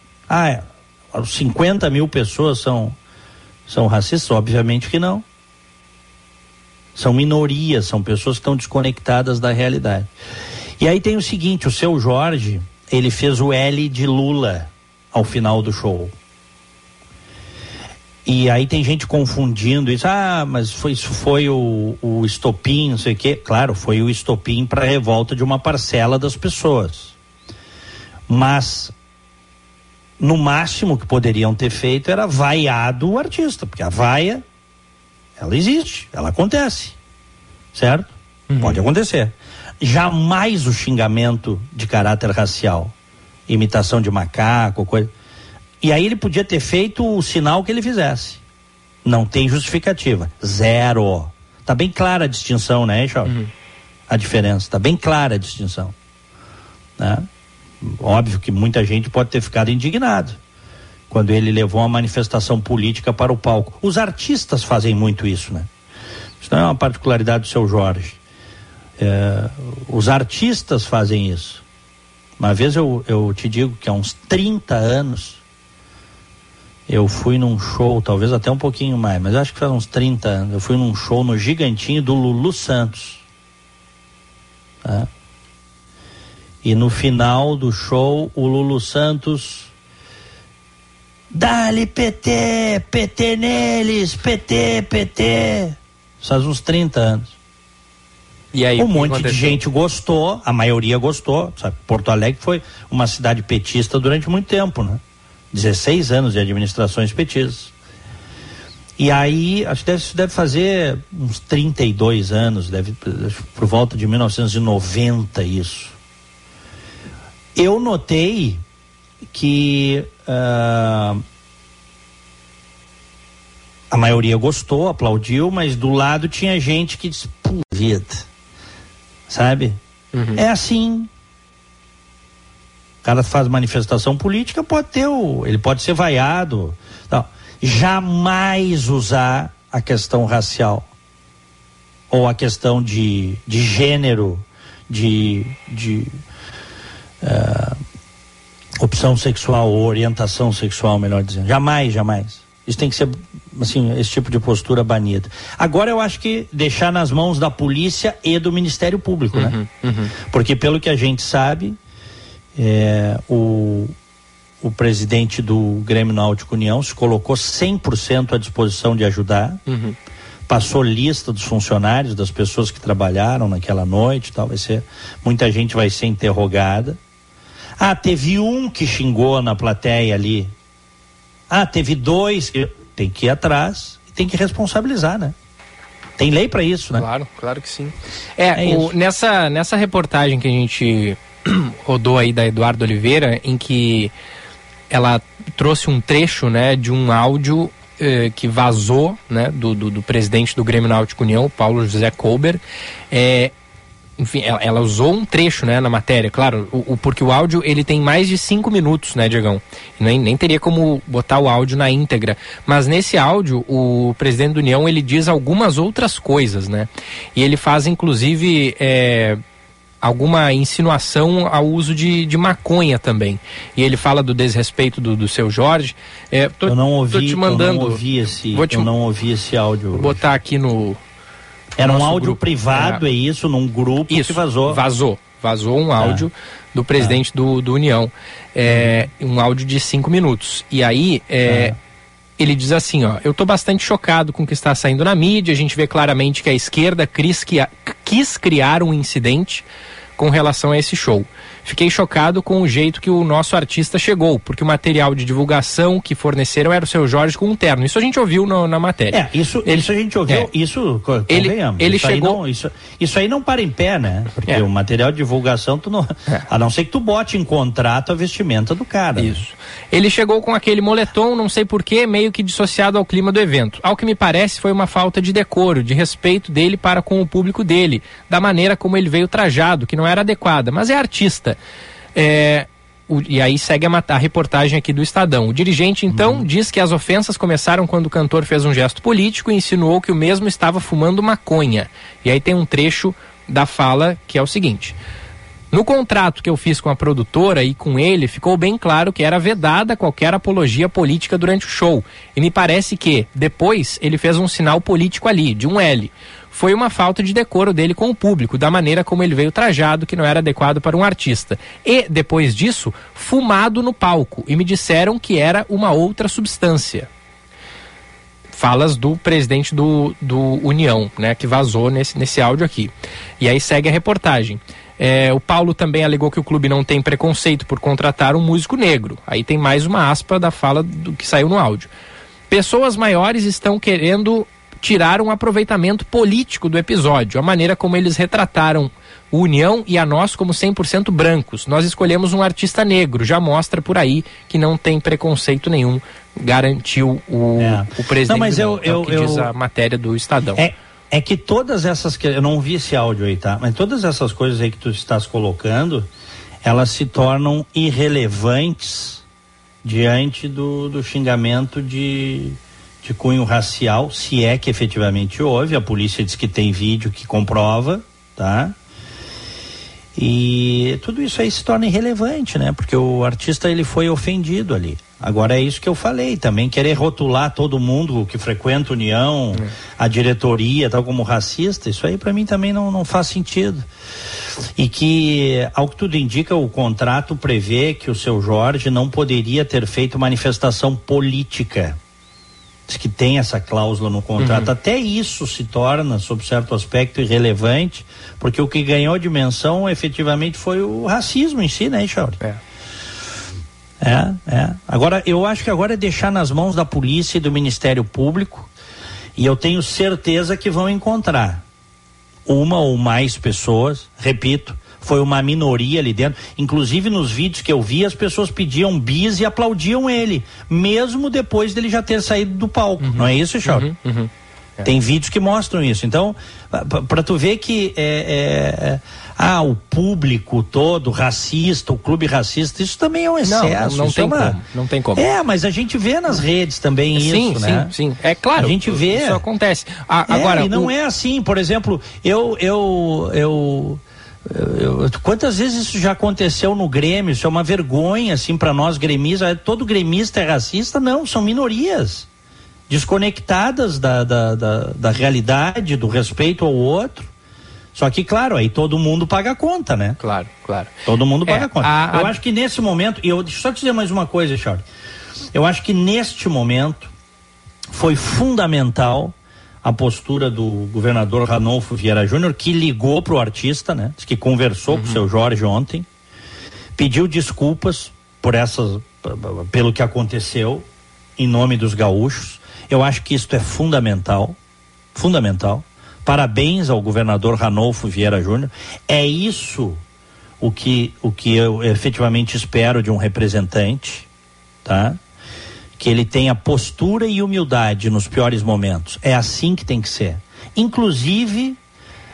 50 mil pessoas são racistas? Obviamente que não. São minorias, são pessoas que estão desconectadas da realidade. E aí tem o seguinte, o Seu Jorge, ele fez o L de Lula ao final do show. E aí tem gente confundindo isso. Mas isso foi o estopim, não sei o quê. Claro, foi o estopim para a revolta de uma parcela das pessoas. Mas no máximo que poderiam ter feito era vaiado o artista, porque a vaia, ela existe, ela acontece, certo? Pode acontecer. Jamais o xingamento de caráter racial, imitação de macaco, coisa. E aí ele podia ter feito o sinal que ele fizesse. Não tem justificativa. 0. Tá bem clara a distinção, né, Charles? A diferença, tá bem clara a distinção, né? Óbvio que muita gente pode ter ficado indignado quando ele levou uma manifestação política para o palco. Os artistas fazem muito isso, né? Isso não é uma particularidade do Seu Jorge. Os artistas fazem isso. Uma vez eu te digo que há uns 30 anos eu fui num show, talvez até um pouquinho mais, mas eu acho que faz uns 30 anos, eu fui num show no Gigantinho do Lulu Santos, tá? E no final do show, o Lulu Santos, dá-lhe PT, PT neles, PT, PT. Faz uns 30 anos. E aí, um monte de gente gostou, a maioria gostou, sabe? Porto Alegre foi uma cidade petista durante muito tempo, né? 16 anos de administrações petistas. E aí, acho que isso deve fazer uns 32 anos, por volta de 1990 isso. Eu notei que a maioria gostou, aplaudiu, mas do lado tinha gente que disse, vida, sabe? É assim. O cara faz manifestação política, ele pode ser vaiado. Não. Jamais usar a questão racial ou a questão de gênero, de opção sexual ou orientação sexual, melhor dizendo. Jamais. Isso tem que ser, assim, esse tipo de postura banida. Agora eu acho que deixar nas mãos da polícia e do Ministério Público, né? Porque pelo que a gente sabe, o presidente do Grêmio Náutico União se colocou 100% à disposição de ajudar. Passou lista dos funcionários, das pessoas que trabalharam naquela noite e tal. Muita gente vai ser interrogada. Teve um que xingou na plateia ali. Teve 2. Tem que ir atrás e tem que responsabilizar, né? Tem lei para isso, né? Claro que sim. Nessa reportagem que a gente rodou aí da Eduardo Oliveira, em que ela trouxe um trecho, né, de um áudio que vazou, né, do presidente do Grêmio Náutico União, Paulo José Colber, enfim, ela usou um trecho, né, na matéria, claro, porque o áudio ele tem mais de 5 minutos, né, Diegão? Nem teria como botar o áudio na íntegra, mas nesse áudio o presidente da União ele diz algumas outras coisas, né? E ele faz inclusive alguma insinuação ao uso de maconha também. E ele fala do desrespeito do seu Jorge. Eu não ouvi esse áudio. Vou botar aqui no... Era um áudio grupo privado, é isso, num grupo que vazou. Vazou um áudio do presidente do União. Um áudio de 5 minutos. E aí, ele diz assim, ó, eu tô bastante chocado com o que está saindo na mídia, a gente vê claramente que a esquerda quis criar um incidente com relação a esse show. Fiquei chocado com o jeito que o nosso artista chegou, porque o material de divulgação que forneceram era o seu Jorge com um terno. Isso a gente ouviu na matéria. Isso a gente ouviu, ele chegou... Isso aí não para em pé, né? Porque o material de divulgação, tu não, a não ser que tu bote em contrato a vestimenta do cara. Isso. Ele chegou com aquele moletom, não sei porquê, meio que dissociado ao clima do evento. Ao que me parece foi uma falta de decoro, de respeito dele para com o público dele, da maneira como ele veio trajado, que não era adequada, mas é artista. E aí segue a reportagem aqui do Estadão. O dirigente então diz que as ofensas começaram quando o cantor fez um gesto político e insinuou que o mesmo estava fumando maconha. E aí tem um trecho da fala que é o seguinte: no contrato que eu fiz com a produtora e com ele, ficou bem claro que era vedada qualquer apologia política durante o show. E me parece que, depois, ele fez um sinal político ali, de um L. Foi uma falta de decoro dele com o público, da maneira como ele veio trajado, que não era adequado para um artista. E, depois disso, fumado no palco. E me disseram que era uma outra substância. Falas do presidente do União, né, que vazou nesse áudio aqui. E aí segue a reportagem. O Paulo também alegou que o clube não tem preconceito por contratar um músico negro. Aí tem mais uma aspa da fala do que saiu no áudio. Pessoas maiores estão querendo tirar um aproveitamento político do episódio, a maneira como eles retrataram o União e a nós como 100% brancos. Nós escolhemos um artista negro, já mostra por aí que não tem preconceito nenhum, garantiu o presidente. Não, mas diz a matéria do Estadão. É que todas essas, eu não vi esse áudio aí, tá? Mas todas essas coisas aí que tu estás colocando, elas se tornam irrelevantes diante do xingamento de cunho racial, se é que efetivamente houve. A polícia diz que tem vídeo que comprova, tá? E tudo isso aí se torna irrelevante, né? Porque o artista, ele foi ofendido ali. Agora é isso que eu falei também, querer rotular todo mundo que frequenta a União, a diretoria, tal, como racista, isso aí para mim também não faz sentido. E que, ao que tudo indica, o contrato prevê que o seu Jorge não poderia ter feito manifestação política. Diz que tem essa cláusula no contrato. Até isso se torna, sob certo aspecto, irrelevante, porque o que ganhou dimensão efetivamente foi o racismo em si, né, Chauri? Agora, eu acho que agora é deixar nas mãos da polícia e do Ministério Público, e eu tenho certeza que vão encontrar uma ou mais pessoas, repito, foi uma minoria ali dentro, inclusive nos vídeos que eu vi, as pessoas pediam bis e aplaudiam ele, mesmo depois dele já ter saído do palco, não é isso, Chauri? Tem vídeos que mostram isso. Então, para tu ver que o público todo racista, o clube racista, isso também é um excesso. Não tem como. Mas a gente vê nas redes também isso, né? Sim. É claro. A gente vê. Isso acontece. Agora, e não é assim, por exemplo, quantas vezes isso já aconteceu no Grêmio? Isso é uma vergonha, assim, para nós gremistas. Todo gremista é racista? Não, são minorias desconectadas da realidade, do respeito ao outro. Só que, claro, aí todo mundo paga a conta, né? Claro. Todo mundo paga a conta. Eu acho que nesse momento, e eu deixa eu só te dizer mais uma coisa, Charles. Eu acho que neste momento foi fundamental a postura do governador Ranolfo Vieira Júnior, que ligou pro artista, né? Diz que conversou com o seu Jorge ontem, pediu desculpas pelo que aconteceu em nome dos gaúchos. Eu acho que isso é fundamental. Parabéns ao governador Ranolfo Vieira Júnior. É isso o que eu efetivamente espero de um representante, tá? Que ele tenha postura e humildade nos piores momentos. É assim que tem que ser. Inclusive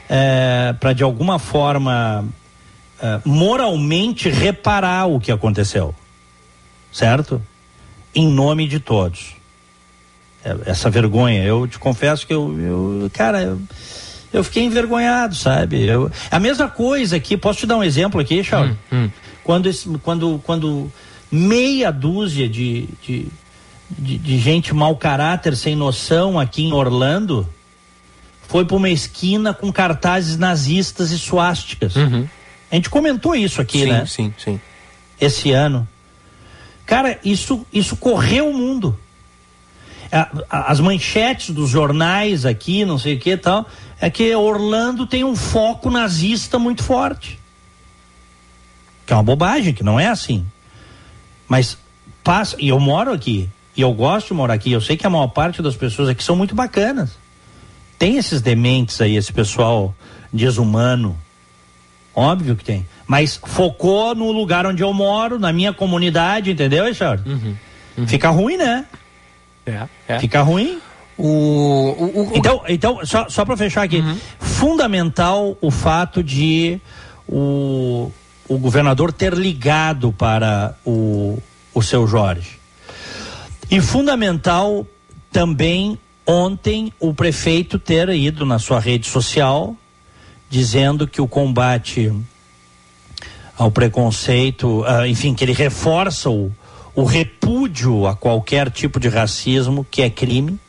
para de alguma forma moralmente reparar o que aconteceu, certo? Em nome de todos. Essa vergonha, eu te confesso que eu fiquei envergonhado, sabe? A mesma coisa aqui, posso te dar um exemplo aqui, Charles? Quando meia dúzia de gente mau caráter, sem noção aqui em Orlando, foi para uma esquina com cartazes nazistas e suásticas. A gente comentou isso aqui, né? Sim. Esse ano. Cara, isso correu o mundo. As manchetes dos jornais aqui, não sei o que e tal, é que Orlando tem um foco nazista muito forte. Que é uma bobagem, que não é assim. Mas passa, e eu moro aqui, e eu gosto de morar aqui, eu sei que a maior parte das pessoas aqui são muito bacanas. Tem esses dementes aí, esse pessoal desumano, óbvio que tem, mas focou no lugar onde eu moro, na minha comunidade, entendeu, Richard? Fica ruim, né? Fica ruim. Então só para fechar aqui, fundamental o fato de o governador ter ligado para o Seu Jorge. E fundamental também ontem o prefeito ter ido na sua rede social dizendo que o combate ao preconceito, enfim, que ele reforça o repúdio a qualquer tipo de racismo, que é crime.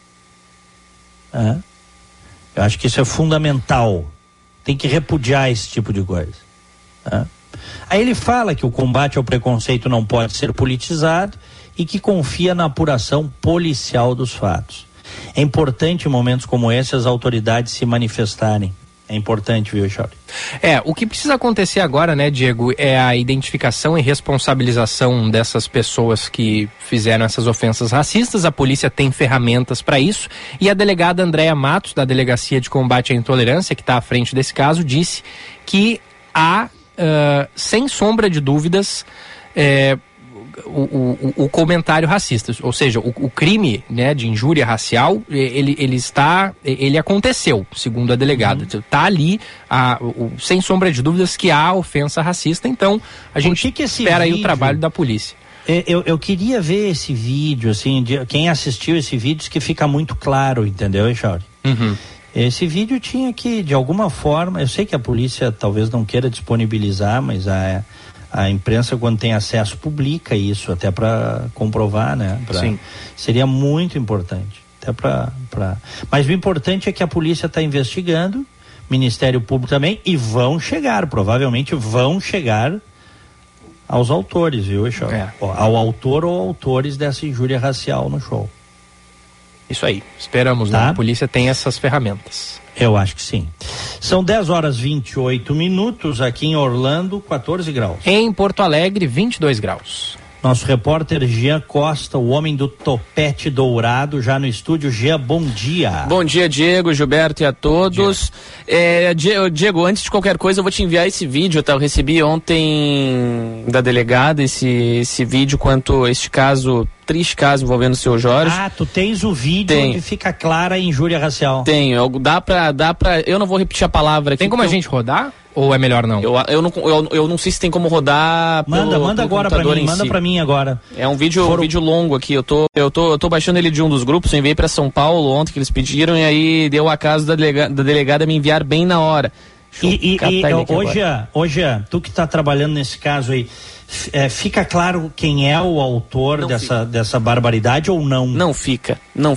Eu acho que isso é fundamental. Tem que repudiar esse tipo de coisa. Aí ele fala que o combate ao preconceito não pode ser politizado e que confia na apuração policial dos fatos. É importante em momentos como esse as autoridades se manifestarem. É importante, viu, Charlie? O que precisa acontecer agora, né, Diego, é a identificação e responsabilização dessas pessoas que fizeram essas ofensas racistas. A polícia tem ferramentas para isso, e a delegada Andréa Matos, da Delegacia de Combate à Intolerância, que está à frente desse caso, disse que há, sem sombra de dúvidas, o comentário racista, ou seja, o crime, né, de injúria racial, ele aconteceu, segundo a delegada. Está ali, sem sombra de dúvidas, que há ofensa racista. Então a gente espera aí o trabalho da polícia. Eu queria ver esse vídeo, assim, quem assistiu esse vídeo, diz que fica muito claro, entendeu, Charlie? Esse vídeo tinha que, de alguma forma, eu sei que a polícia talvez não queira disponibilizar, mas a imprensa, quando tem acesso, publica isso, até para comprovar, né? Sim. Seria muito importante. Até Mas o importante é que a polícia está investigando, Ministério Público também, e provavelmente vão chegar aos autores, viu, Show? Ao autor ou autores dessa injúria racial no show. Isso aí, esperamos, tá? Né? A polícia tem essas ferramentas. Eu acho que sim. São 10h28 aqui em Orlando, 14 graus. Em Porto Alegre, 22 graus. Nosso repórter Jean Costa, o homem do topete dourado, já no estúdio. Jean, bom dia. Bom dia, Diego, Gilberto e a todos. Diego, antes de qualquer coisa, eu vou te enviar esse vídeo, tá? Eu recebi ontem da delegada esse vídeo quanto a este caso, triste caso envolvendo o Seu Jorge. Tu tens o vídeo onde fica clara a injúria racial. Tenho, dá pra, eu não vou repetir a palavra aqui. Tem como a gente rodar? Ou é melhor não? Eu não sei se tem como rodar. Manda agora pra mim, manda pra mim agora. É um vídeo longo aqui, eu tô baixando ele de um dos grupos, eu enviei pra São Paulo ontem que eles pediram, e aí deu o acaso da delegada me enviar bem na hora. Hoje, tu que tá trabalhando nesse caso aí, fica claro quem é o autor dessa barbaridade ou não? Não fica. Não.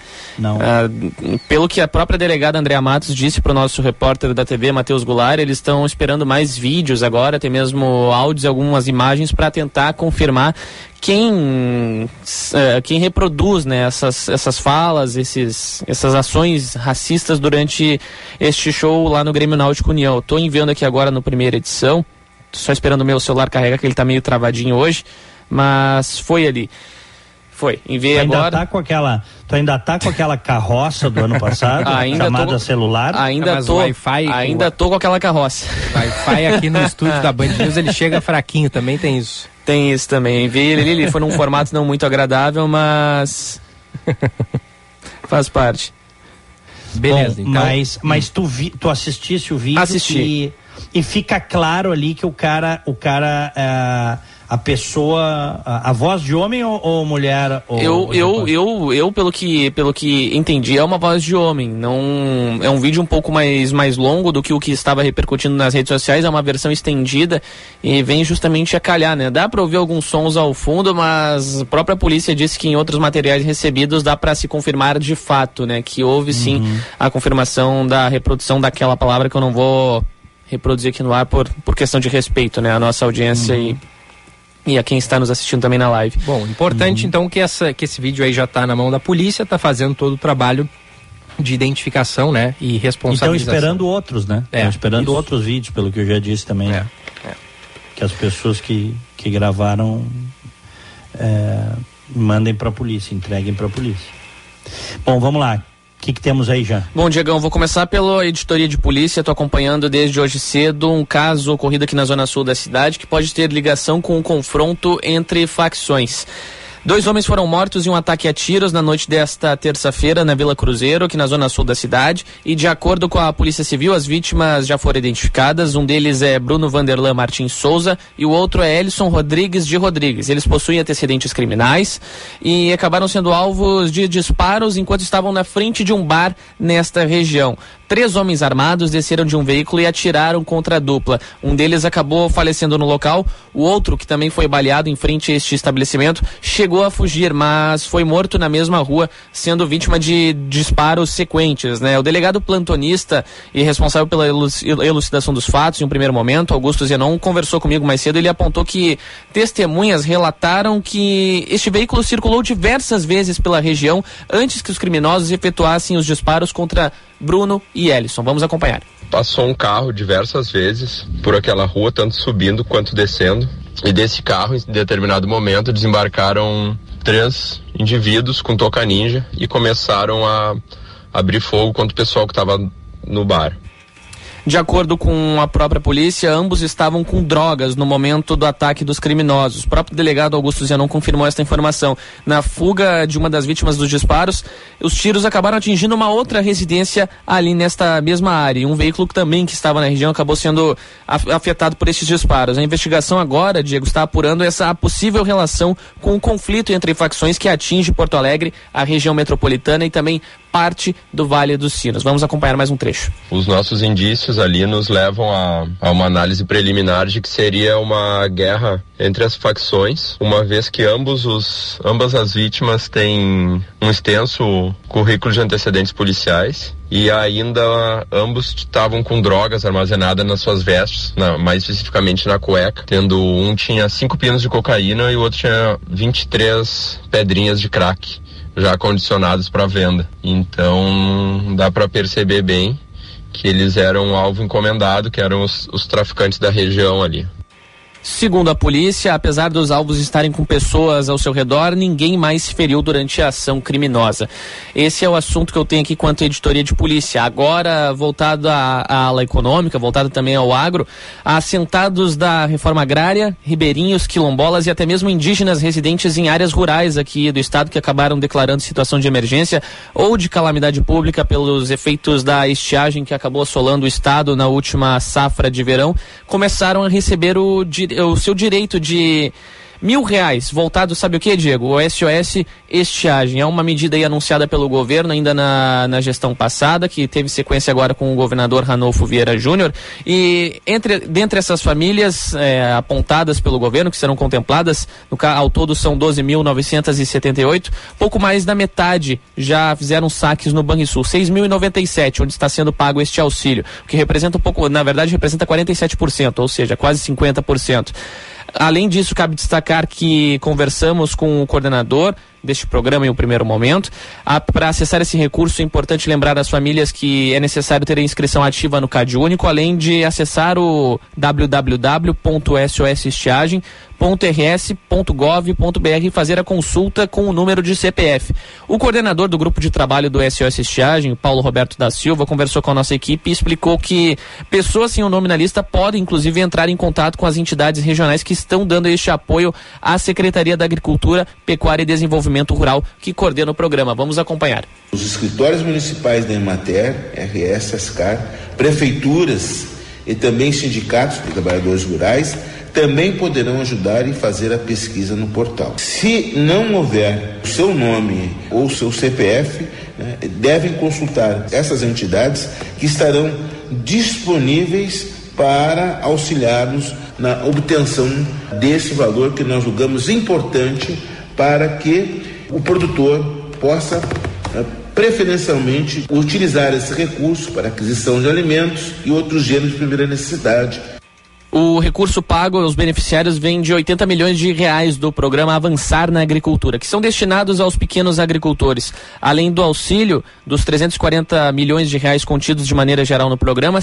Pelo que a própria delegada Andréa Matos disse para o nosso repórter da TV, Matheus Goulart, eles estão esperando mais vídeos agora, até mesmo áudios, algumas imagens, para tentar confirmar quem reproduz, né, essas falas, essas ações racistas durante este show lá no Grêmio Náutico União. Eu tô enviando aqui agora no primeira edição, só esperando o meu celular carregar, que ele tá meio travadinho hoje, mas foi ali. Enviei agora. Tu ainda tá com aquela carroça do ano passado, chamada celular? Ainda tô com aquela carroça. Wi-Fi aqui no estúdio da Band News, ele chega fraquinho, também tem isso. Tem isso também. Enviei ele foi num formato não muito agradável, mas faz parte. Beleza, bom, então. Mas tu assistisse o vídeo? Assisti. E fica claro ali que o cara a pessoa, a voz de homem ou mulher? Eu pelo que entendi, é uma voz de homem. Não é um vídeo um pouco mais longo do que o que estava repercutindo nas redes sociais. É uma versão estendida e vem justamente a calhar, né? Dá para ouvir alguns sons ao fundo, mas a própria polícia disse que em outros materiais recebidos dá para se confirmar de fato, né? Que houve sim a confirmação da reprodução daquela palavra que eu não vou reproduzir aqui no ar por questão de respeito, né? A nossa audiência e a quem está nos assistindo também na live. Bom, importante então que esse vídeo aí já está na mão da polícia, está fazendo todo o trabalho de identificação, né, e responsabilização. Estão esperando outros, né? Estão esperando outros vídeos, pelo que eu já disse também. Que as pessoas que gravaram mandem para a polícia, entreguem para a polícia. Bom, vamos lá. O que temos aí já? Bom, Diegão, vou começar pela editoria de polícia. Estou acompanhando desde hoje cedo um caso ocorrido aqui na zona sul da cidade que pode ter ligação com um confronto entre facções. 2 homens foram mortos em um ataque a tiros na noite desta terça-feira na Vila Cruzeiro, aqui na zona sul da cidade, e de acordo com a Polícia Civil, as vítimas já foram identificadas. Um deles é Bruno Vanderlan Martins Souza e o outro é Elison Rodrigues de Rodrigues. Eles possuem antecedentes criminais e acabaram sendo alvos de disparos enquanto estavam na frente de um bar nesta região. 3 homens armados desceram de um veículo e atiraram contra a dupla. Um deles acabou falecendo no local. O outro, que também foi baleado em frente a este estabelecimento, chegou a fugir, mas foi morto na mesma rua, sendo vítima de disparos sequentes, né? O delegado plantonista e responsável pela elucidação dos fatos, em um primeiro momento, Augusto Zenon, conversou comigo mais cedo. Ele apontou que testemunhas relataram que este veículo circulou diversas vezes pela região antes que os criminosos efetuassem os disparos contra Bruno e Elison. Vamos acompanhar. Passou um carro diversas vezes por aquela rua, tanto subindo quanto descendo, e desse carro, em determinado momento, desembarcaram 3 indivíduos com toca ninja e começaram a abrir fogo contra o pessoal que estava no bar. De acordo com a própria polícia, ambos estavam com drogas no momento do ataque dos criminosos. O próprio delegado Augusto Zenon confirmou esta informação. Na fuga de uma das vítimas dos disparos, os tiros acabaram atingindo uma outra residência ali nesta mesma área. E um veículo também que estava na região acabou sendo afetado por esses disparos. A investigação agora, Diego, está apurando essa possível relação com o conflito entre facções que atinge Porto Alegre, a região metropolitana e também parte do Vale dos Sinos. Vamos acompanhar mais um trecho. Os nossos indícios ali nos levam a uma análise preliminar de que seria uma guerra entre as facções, uma vez que ambas as vítimas têm um extenso currículo de antecedentes policiais e ainda ambos estavam com drogas armazenadas nas suas vestes, mais especificamente na cueca, tendo um tinha 5 pinos de cocaína e o outro tinha 23 pedrinhas de crack já condicionados para venda. Então dá para perceber bem que eles eram um alvo encomendado, que eram os traficantes da região ali. Segundo a polícia, apesar dos alvos estarem com pessoas ao seu redor, ninguém mais se feriu durante a ação criminosa. Esse é o assunto que eu tenho aqui quanto à editoria de polícia. Agora, voltado à ala econômica, voltado também ao agro, assentados da reforma agrária, ribeirinhos, quilombolas e até mesmo indígenas residentes em áreas rurais aqui do estado que acabaram declarando situação de emergência ou de calamidade pública pelos efeitos da estiagem que acabou assolando o estado na última safra de verão, começaram a receber o seu direito de R$1.000, voltado, sabe o que, Diego? O SOS Estiagem. É uma medida aí anunciada pelo governo ainda na gestão passada, que teve sequência agora com o governador Ranolfo Vieira Júnior. E dentre essas famílias apontadas pelo governo, que serão contempladas, ao todo são 12.978, pouco mais da metade já fizeram saques no Banrisul, 6.097, onde está sendo pago este auxílio, o que representa um pouco, na verdade representa 47%, ou seja, quase 50%. Além disso, cabe destacar que conversamos com o coordenador deste programa em um primeiro momento. Para acessar esse recurso é importante lembrar às famílias que é necessário ter a inscrição ativa no CadÚnico, além de acessar o www.sosestiagem.com.br e fazer a consulta com o número de CPF. O coordenador do grupo de trabalho do SOS Estiagem, Paulo Roberto da Silva, conversou com a nossa equipe e explicou que pessoas sem o nome na lista podem, inclusive, entrar em contato com as entidades regionais que estão dando este apoio à Secretaria da Agricultura, Pecuária e Desenvolvimento Rural, que coordena o programa. Vamos acompanhar. Os escritórios municipais da Emater, RS, ASCAR, prefeituras e também sindicatos de trabalhadores rurais também poderão ajudar e fazer a pesquisa no portal. Se não houver o seu nome ou o seu CPF, devem consultar essas entidades que estarão disponíveis para auxiliar-nos na obtenção desse valor que nós julgamos importante para que o produtor possa preferencialmente utilizar esse recurso para aquisição de alimentos e outros gêneros de primeira necessidade. O recurso pago aos beneficiários vem de 80 milhões de reais do programa Avançar na Agricultura, que são destinados aos pequenos agricultores. Além do auxílio dos 340 milhões de reais contidos de maneira geral no programa,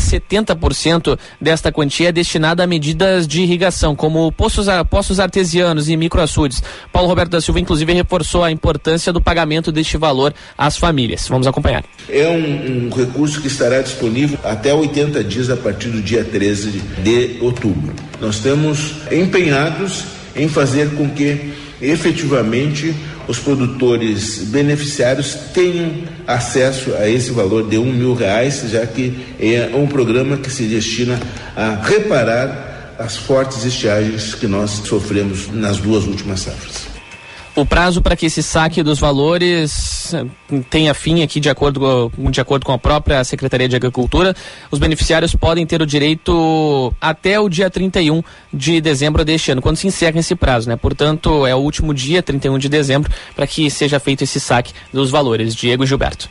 70% desta quantia é destinada a medidas de irrigação, como poços artesianos e microaçudes. Paulo Roberto da Silva, inclusive, reforçou a importância do pagamento deste valor às famílias. Vamos acompanhar. É um recurso que estará disponível até 80 dias a partir do dia 13 de outubro. Nós estamos empenhados em fazer com que efetivamente os produtores beneficiários tenham acesso a esse valor de R$1.000, já que é um programa que se destina a reparar as fortes estiagens que nós sofremos nas 2 últimas safras. O prazo para que esse saque dos valores tenha fim aqui de acordo com a própria Secretaria de Agricultura, os beneficiários podem ter o direito até o dia 31 de dezembro deste ano, quando se encerra esse prazo, né? Portanto, é o último dia, 31 de dezembro, para que seja feito esse saque dos valores. Diego e Gilberto.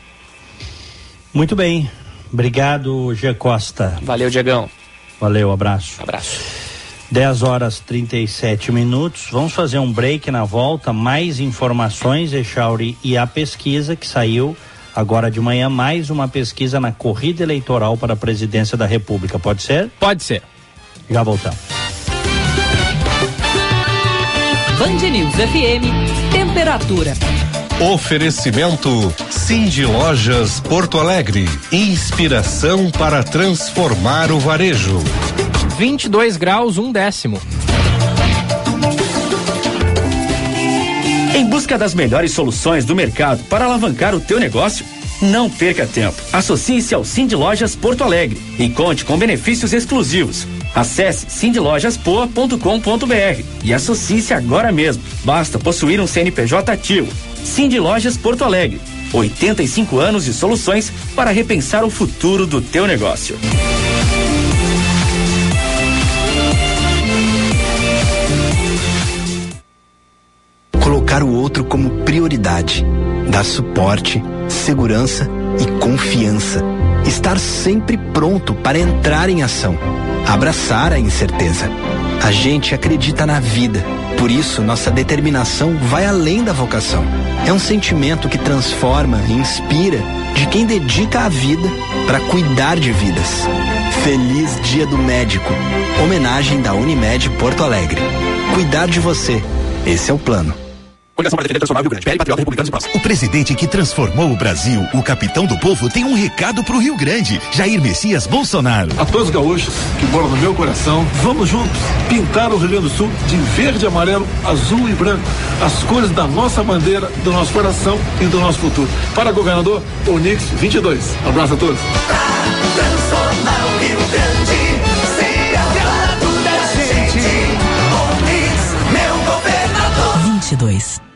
Muito bem. Obrigado, G. Costa. Valeu, Diegão. Valeu, abraço. Abraço. 10h37. Vamos fazer um break na volta. Mais informações, Echauri, e a pesquisa que saiu agora de manhã, mais uma pesquisa na corrida eleitoral para a presidência da República. Pode ser? Pode ser. Já voltamos. Band News FM, temperatura. Oferecimento Cindy Lojas Porto Alegre. Inspiração para transformar o varejo. 22 graus, 1/10. Em busca das melhores soluções do mercado para alavancar o teu negócio? Não perca tempo. Associe-se ao Cindy Lojas Porto Alegre e conte com benefícios exclusivos. Acesse cindylojaspoa.com.br e associe-se agora mesmo. Basta possuir um CNPJ ativo. Cindy Lojas Porto Alegre. 85 anos de soluções para repensar o futuro do teu negócio. Colocar o outro como prioridade, dar suporte, segurança e confiança. Estar sempre pronto para entrar em ação. Abraçar a incerteza. A gente acredita na vida, por isso nossa determinação vai além da vocação. É um sentimento que transforma e inspira de quem dedica a vida para cuidar de vidas. Feliz Dia do Médico. Homenagem da Unimed Porto Alegre. Cuidar de você. Esse é o plano. Coligação para defender transformar o Rio Grande. PL, Patriota, Republicanos e Prós. O presidente que transformou o Brasil, o capitão do povo, tem um recado pro Rio Grande. Jair Messias Bolsonaro. A todos os gaúchos que moram no meu coração, vamos juntos pintar o Rio Grande do Sul de verde, amarelo, azul e branco. As cores da nossa bandeira, do nosso coração e do nosso futuro. Para governador, Onix 22. Um abraço a todos. Transformar o Rio Grande, ser aliado da gente. Onix, meu governador. 22.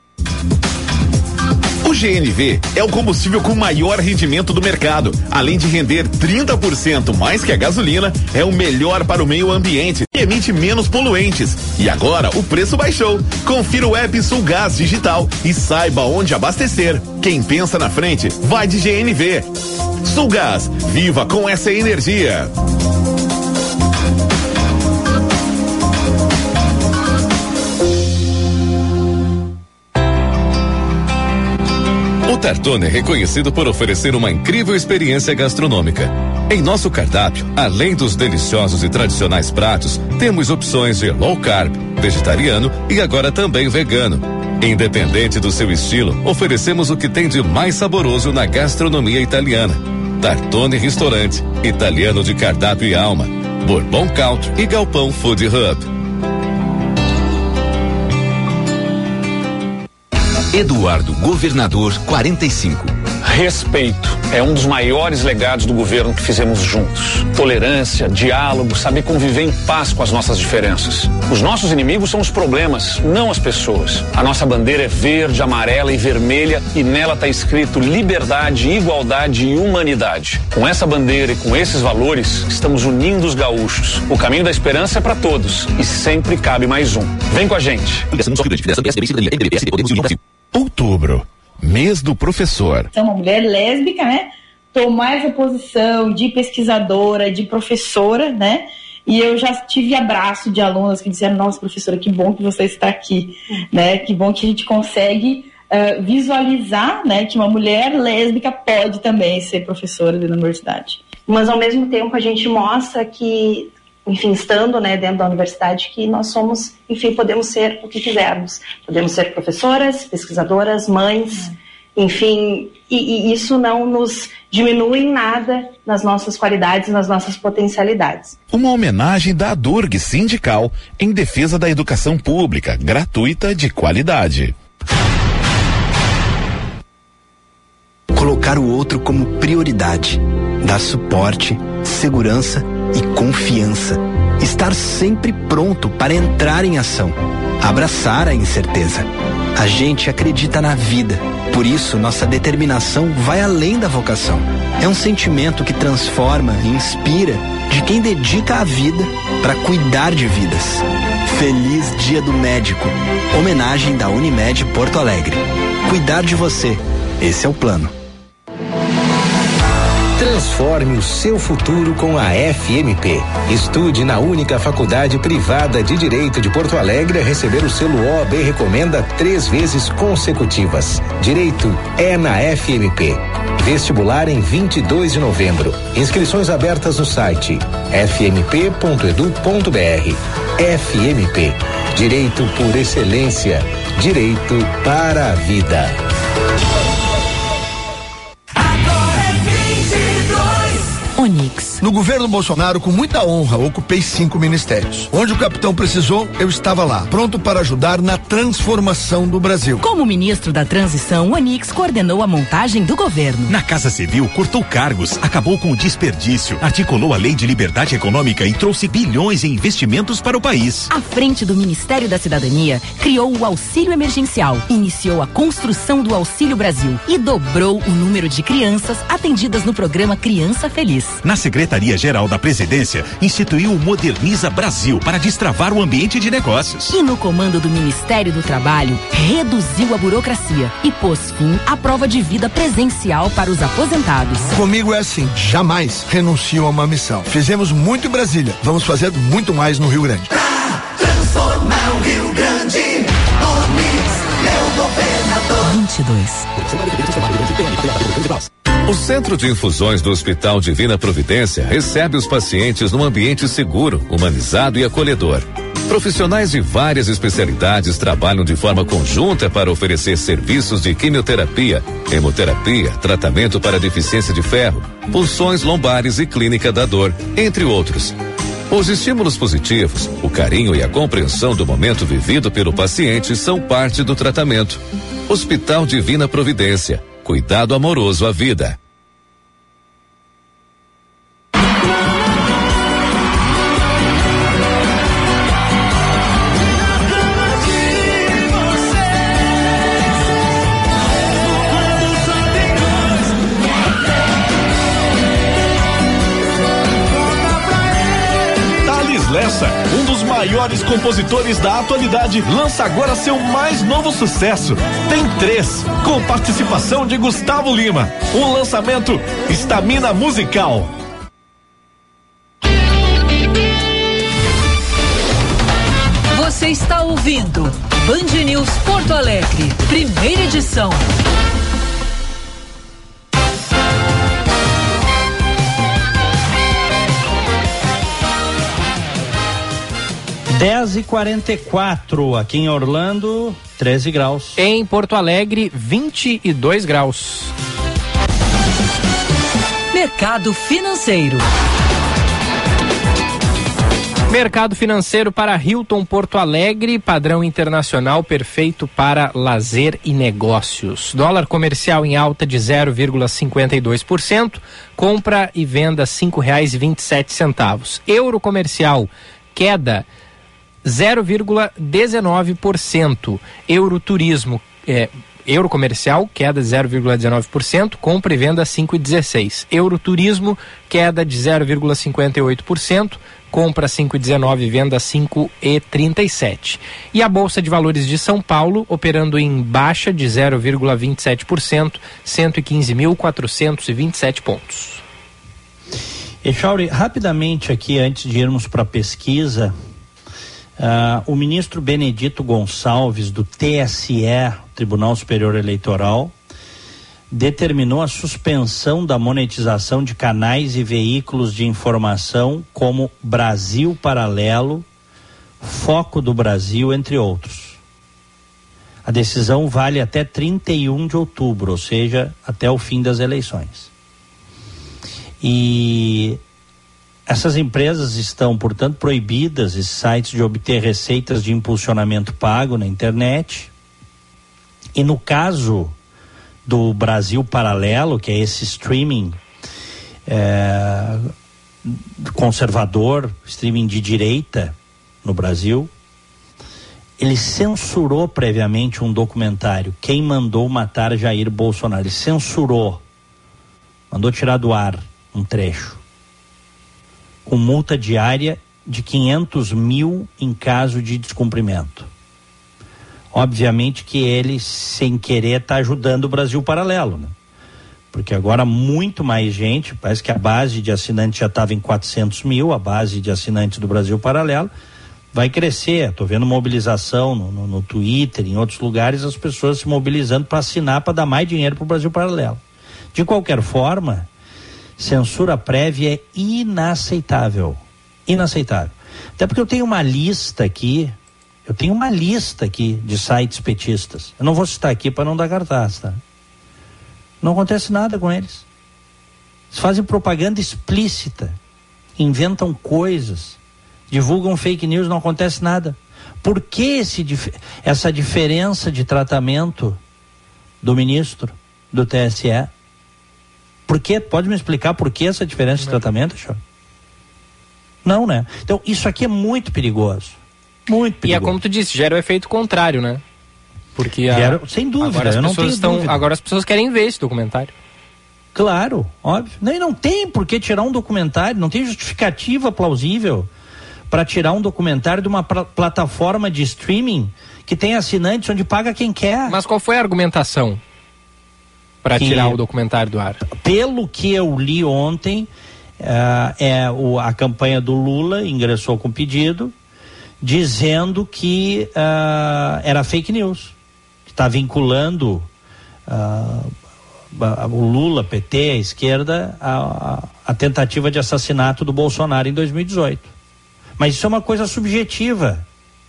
O GNV é o combustível com maior rendimento do mercado. Além de render 30% mais que a gasolina, é o melhor para o meio ambiente e emite menos poluentes. E agora o preço baixou. Confira o app Sulgás Digital e saiba onde abastecer. Quem pensa na frente, vai de GNV. Sulgás, viva com essa energia. Tartone é reconhecido por oferecer uma incrível experiência gastronômica. Em nosso cardápio, além dos deliciosos e tradicionais pratos, temos opções de low carb, vegetariano e agora também vegano. Independente do seu estilo, oferecemos o que tem de mais saboroso na gastronomia italiana. Tartone Restaurante, italiano de cardápio e alma. Bourbon Country e Galpão Food Hub. Eduardo Governador 45. Respeito é um dos maiores legados do governo que fizemos juntos. Tolerância, diálogo, saber conviver em paz com as nossas diferenças. Os nossos inimigos são os problemas, não as pessoas. A nossa bandeira é verde, amarela e vermelha e nela está escrito liberdade, igualdade e humanidade. Com essa bandeira e com esses valores, estamos unindo os gaúchos. O caminho da esperança é para todos e sempre cabe mais um. Vem com a gente. Outubro, mês do professor. Sou uma mulher lésbica, né? Tomar essa posição de pesquisadora, de professora, né? E eu já tive abraço de alunas que disseram: nossa, professora, que bom que você está aqui, né? Que bom que a gente consegue visualizar, né? Que uma mulher lésbica pode também ser professora da universidade. Mas ao mesmo tempo a gente mostra que, enfim, estando, né, dentro da universidade, que nós somos, enfim, podemos ser o que quisermos. Podemos ser professoras, pesquisadoras, mães, enfim, e isso não nos diminui em nada nas nossas qualidades, nas nossas potencialidades. Uma homenagem da Durg Sindical em defesa da educação pública, gratuita, de qualidade. Colocar o outro como prioridade, dar suporte, segurança e confiança. Estar sempre pronto para entrar em ação. Abraçar a incerteza. A gente acredita na vida. Por isso, nossa determinação vai além da vocação. É um sentimento que transforma e inspira de quem dedica a vida para cuidar de vidas. Feliz Dia do Médico. Homenagem da Unimed Porto Alegre. Cuidar de você. Esse é o plano. Transforme o seu futuro com a FMP. Estude na única faculdade privada de Direito de Porto Alegre a receber o selo OAB Recomenda 3 vezes consecutivas. Direito é na FMP. Vestibular em 22 de novembro. Inscrições abertas no site fmp.edu.br. FMP. Direito por excelência. Direito para a vida. Onix. No governo Bolsonaro, com muita honra, ocupei 5 ministérios. Onde o capitão precisou, eu estava lá, pronto para ajudar na transformação do Brasil. Como ministro da transição, Onix coordenou a montagem do governo. Na Casa Civil, cortou cargos, acabou com o desperdício, articulou a lei de liberdade econômica e trouxe bilhões em investimentos para o país. À frente do Ministério da Cidadania, criou o Auxílio Emergencial, iniciou a construção do Auxílio Brasil e dobrou o número de crianças atendidas no programa Criança Feliz. Na Secretaria-Geral da Presidência, instituiu o Moderniza Brasil para destravar o ambiente de negócios. E no comando do Ministério do Trabalho, reduziu a burocracia e pôs fim à prova de vida presencial para os aposentados. Comigo é assim, jamais renuncio a uma missão. Fizemos muito em Brasília, vamos fazer muito mais no Rio Grande. Pra transformar o Rio Grande, Onix, meu governador. 22. O Centro de Infusões do Hospital Divina Providência recebe os pacientes num ambiente seguro, humanizado e acolhedor. Profissionais de várias especialidades trabalham de forma conjunta para oferecer serviços de quimioterapia, hemoterapia, tratamento para deficiência de ferro, punções lombares e clínica da dor, entre outros. Os estímulos positivos, o carinho e a compreensão do momento vivido pelo paciente são parte do tratamento. Hospital Divina Providência. Cuidado amoroso à vida. Lessa, um dos maiores compositores da atualidade, lança agora seu mais novo sucesso. Tem 3, com participação de Gustavo Lima. O lançamento Estamina Musical. Você está ouvindo Band News Porto Alegre, primeira edição. 10h44, aqui em Orlando, 13 graus. Em Porto Alegre, 22 graus. Mercado financeiro. Mercado financeiro para Hilton Porto Alegre, padrão internacional perfeito para lazer e negócios. Dólar comercial em alta de 0,52%, compra e venda R$5,27. Euro comercial, queda 0,19%. Euro turismo, euro comercial, queda de 0,19%, compra e venda 5,16. Euro turismo, queda de 0,58%, compra 5,19 e venda 5,37. E a Bolsa de Valores de São Paulo, operando em baixa de 0,27%, 115.427 pontos. Echauri, rapidamente aqui, antes de irmos para a pesquisa, o ministro Benedito Gonçalves, do TSE, Tribunal Superior Eleitoral, determinou a suspensão da monetização de canais e veículos de informação como Brasil Paralelo, Foco do Brasil, entre outros. A decisão vale até 31 de outubro, ou seja, até o fim das eleições. E essas empresas estão, portanto, proibidas, esses sites, de obter receitas de impulsionamento pago na internet. E no caso do Brasil Paralelo, que é esse streaming conservador, streaming de direita no Brasil, ele censurou previamente um documentário, Quem Mandou Matar Jair Bolsonaro. Ele censurou, mandou tirar do ar um trecho, com multa diária de 500 mil em caso de descumprimento. Obviamente que ele, sem querer, está ajudando o Brasil Paralelo, né? Porque agora muito mais gente, parece que a base de assinantes já estava em 400 mil, a base de assinantes do Brasil Paralelo vai crescer. Estou vendo mobilização no Twitter, em outros lugares, as pessoas se mobilizando para assinar, para dar mais dinheiro para o Brasil Paralelo. De qualquer forma, censura prévia é inaceitável. Inaceitável. Até porque eu tenho uma lista aqui de sites petistas. Eu não vou citar aqui para não dar cartaz, tá? Não acontece nada com eles. Eles fazem propaganda explícita, inventam coisas, divulgam fake news, não acontece nada. Por que essa diferença de tratamento do ministro do TSE? Por quê? Pode me explicar por que essa diferença de tratamento, Chão? Não, né? Então, isso aqui é muito perigoso. Muito perigoso. E é como tu disse, gera o efeito contrário, né? Porque sem dúvida, agora as pessoas querem ver esse documentário. Claro, óbvio. Não tem por que tirar um documentário, não tem justificativa plausível para tirar um documentário de uma plataforma de streaming que tem assinantes onde paga quem quer. Mas qual foi a argumentação para tirar o documentário do ar? Pelo que eu li ontem, a campanha do Lula ingressou com pedido dizendo que era fake news, que está vinculando o Lula, PT, a esquerda, a tentativa de assassinato do Bolsonaro em 2018. Mas isso é uma coisa subjetiva.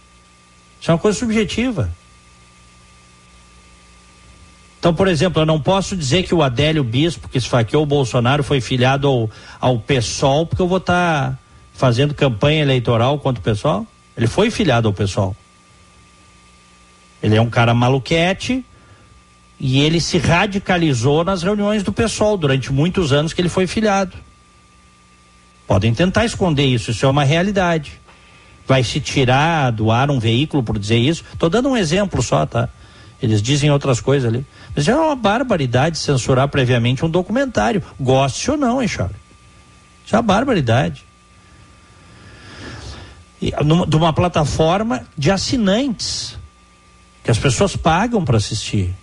Então, por exemplo, eu não posso dizer que o Adélio Bispo, que esfaqueou o Bolsonaro, foi filiado ao PSOL, porque eu vou estar fazendo campanha eleitoral contra o PSOL. Ele foi filiado ao PSOL. Ele é um cara maluquete e ele se radicalizou nas reuniões do PSOL durante muitos anos que ele foi filiado. Podem tentar esconder isso é uma realidade. Vai se tirar do ar um veículo por dizer isso? Estou dando um exemplo só, tá? Eles dizem outras coisas ali. Mas é uma barbaridade censurar previamente um documentário, goste ou não, hein, Charles? Isso é uma barbaridade. De uma plataforma de assinantes que as pessoas pagam para assistir.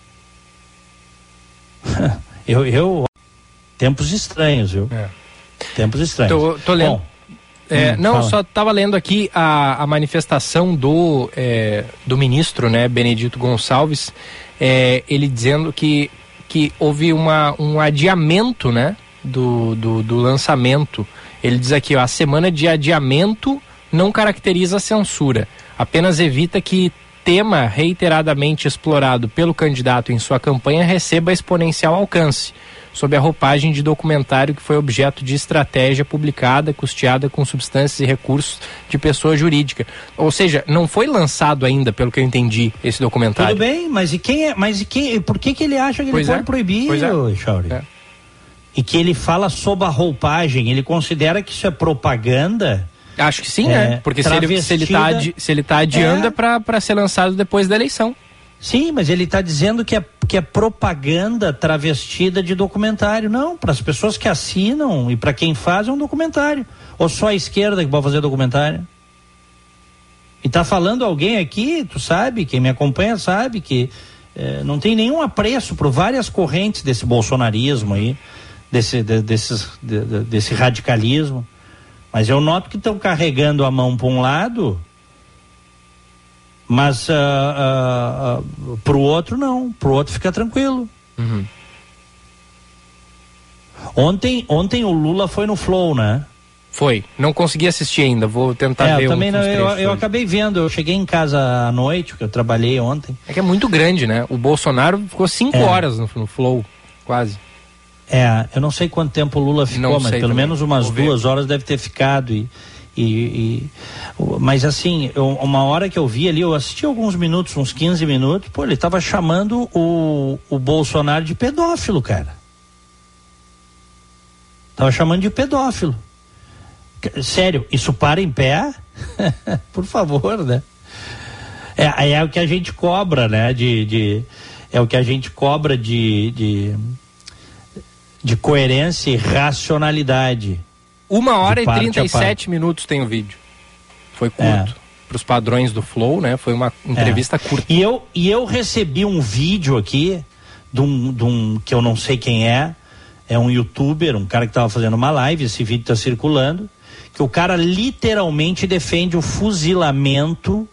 Tempos estranhos, viu? Tempos estranhos. Tô lendo. Só estava lendo aqui a manifestação do ministro, né, Benedito Gonçalves, ele dizendo que houve um adiamento, né, do lançamento. Ele diz aqui, a semana de adiamento não caracteriza a censura, apenas evita que tema reiteradamente explorado pelo candidato em sua campanha receba exponencial alcance, sob a roupagem de documentário que foi objeto de estratégia publicada, custeada com substâncias e recursos de pessoa jurídica. Ou seja, não foi lançado ainda, pelo que eu entendi, esse documentário. Tudo bem, mas por que ele acha que ele pode proibir, Chauri? E que ele fala sob a roupagem, ele considera que isso é propaganda? Acho que sim, né? Porque se ele tá adiando é para ser lançado depois da eleição. Sim, mas ele está dizendo que é propaganda travestida de documentário. Não, para as pessoas que assinam e para quem faz é um documentário. Ou só a esquerda que pode fazer documentário? E tá falando alguém aqui, tu sabe, quem me acompanha sabe que não tem nenhum apreço por várias correntes desse bolsonarismo aí, desse radicalismo. Mas eu noto que estão carregando a mão para um lado, mas pro outro não, pro outro fica tranquilo. Uhum. Ontem o Lula foi no Flow, né? Foi, não consegui assistir ainda, vou tentar ver. Eu também eu acabei vendo, eu cheguei em casa à noite, porque eu trabalhei ontem. É que é muito grande, né? O Bolsonaro ficou 5 horas no Flow, quase. Eu não sei quanto tempo o Lula ficou, mas pelo menos umas 2 horas deve ter ficado. Mas assim, uma hora que eu vi ali, eu assisti alguns minutos, uns 15 minutos, ele tava chamando o Bolsonaro de pedófilo, cara. Tava chamando de pedófilo. Sério, isso para em pé? Por favor, né? É o que a gente cobra, né? É o que a gente cobra de coerência e racionalidade. 1h37 minutos tem o vídeo. Foi curto. Para os padrões do Flow, né? Foi uma entrevista curta. E eu recebi um vídeo aqui de um que eu não sei quem é um youtuber, um cara que estava fazendo uma live, esse vídeo está circulando, que o cara literalmente defende o fuzilamento.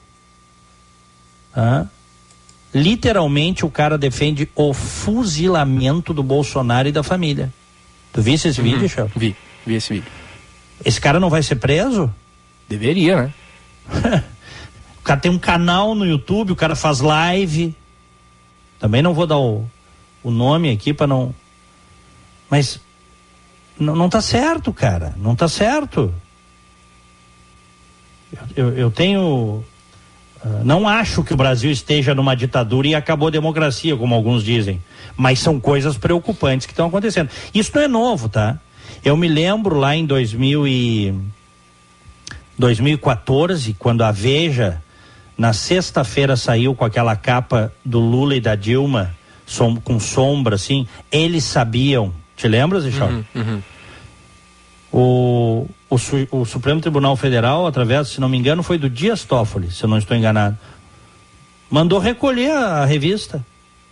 Literalmente o cara defende o fuzilamento do Bolsonaro e da família. Tu viste esse vídeo, Chão? Vi esse vídeo. Esse cara não vai ser preso? Deveria, né? O cara tem um canal no YouTube, o cara faz live. Também não vou dar o nome aqui para não... Mas não tá certo, cara. Não tá certo. Eu tenho... Não acho que o Brasil esteja numa ditadura e acabou a democracia, como alguns dizem. Mas são coisas preocupantes que estão acontecendo. Isso não é novo, tá? Eu me lembro lá em 2014, quando a Veja, na sexta-feira, saiu com aquela capa do Lula e da Dilma, com sombra, assim. Eles sabiam. Te lembras, Richard? O Supremo Tribunal Federal, através, se não me engano, foi do Dias Toffoli, se eu não estou enganado, mandou recolher a revista.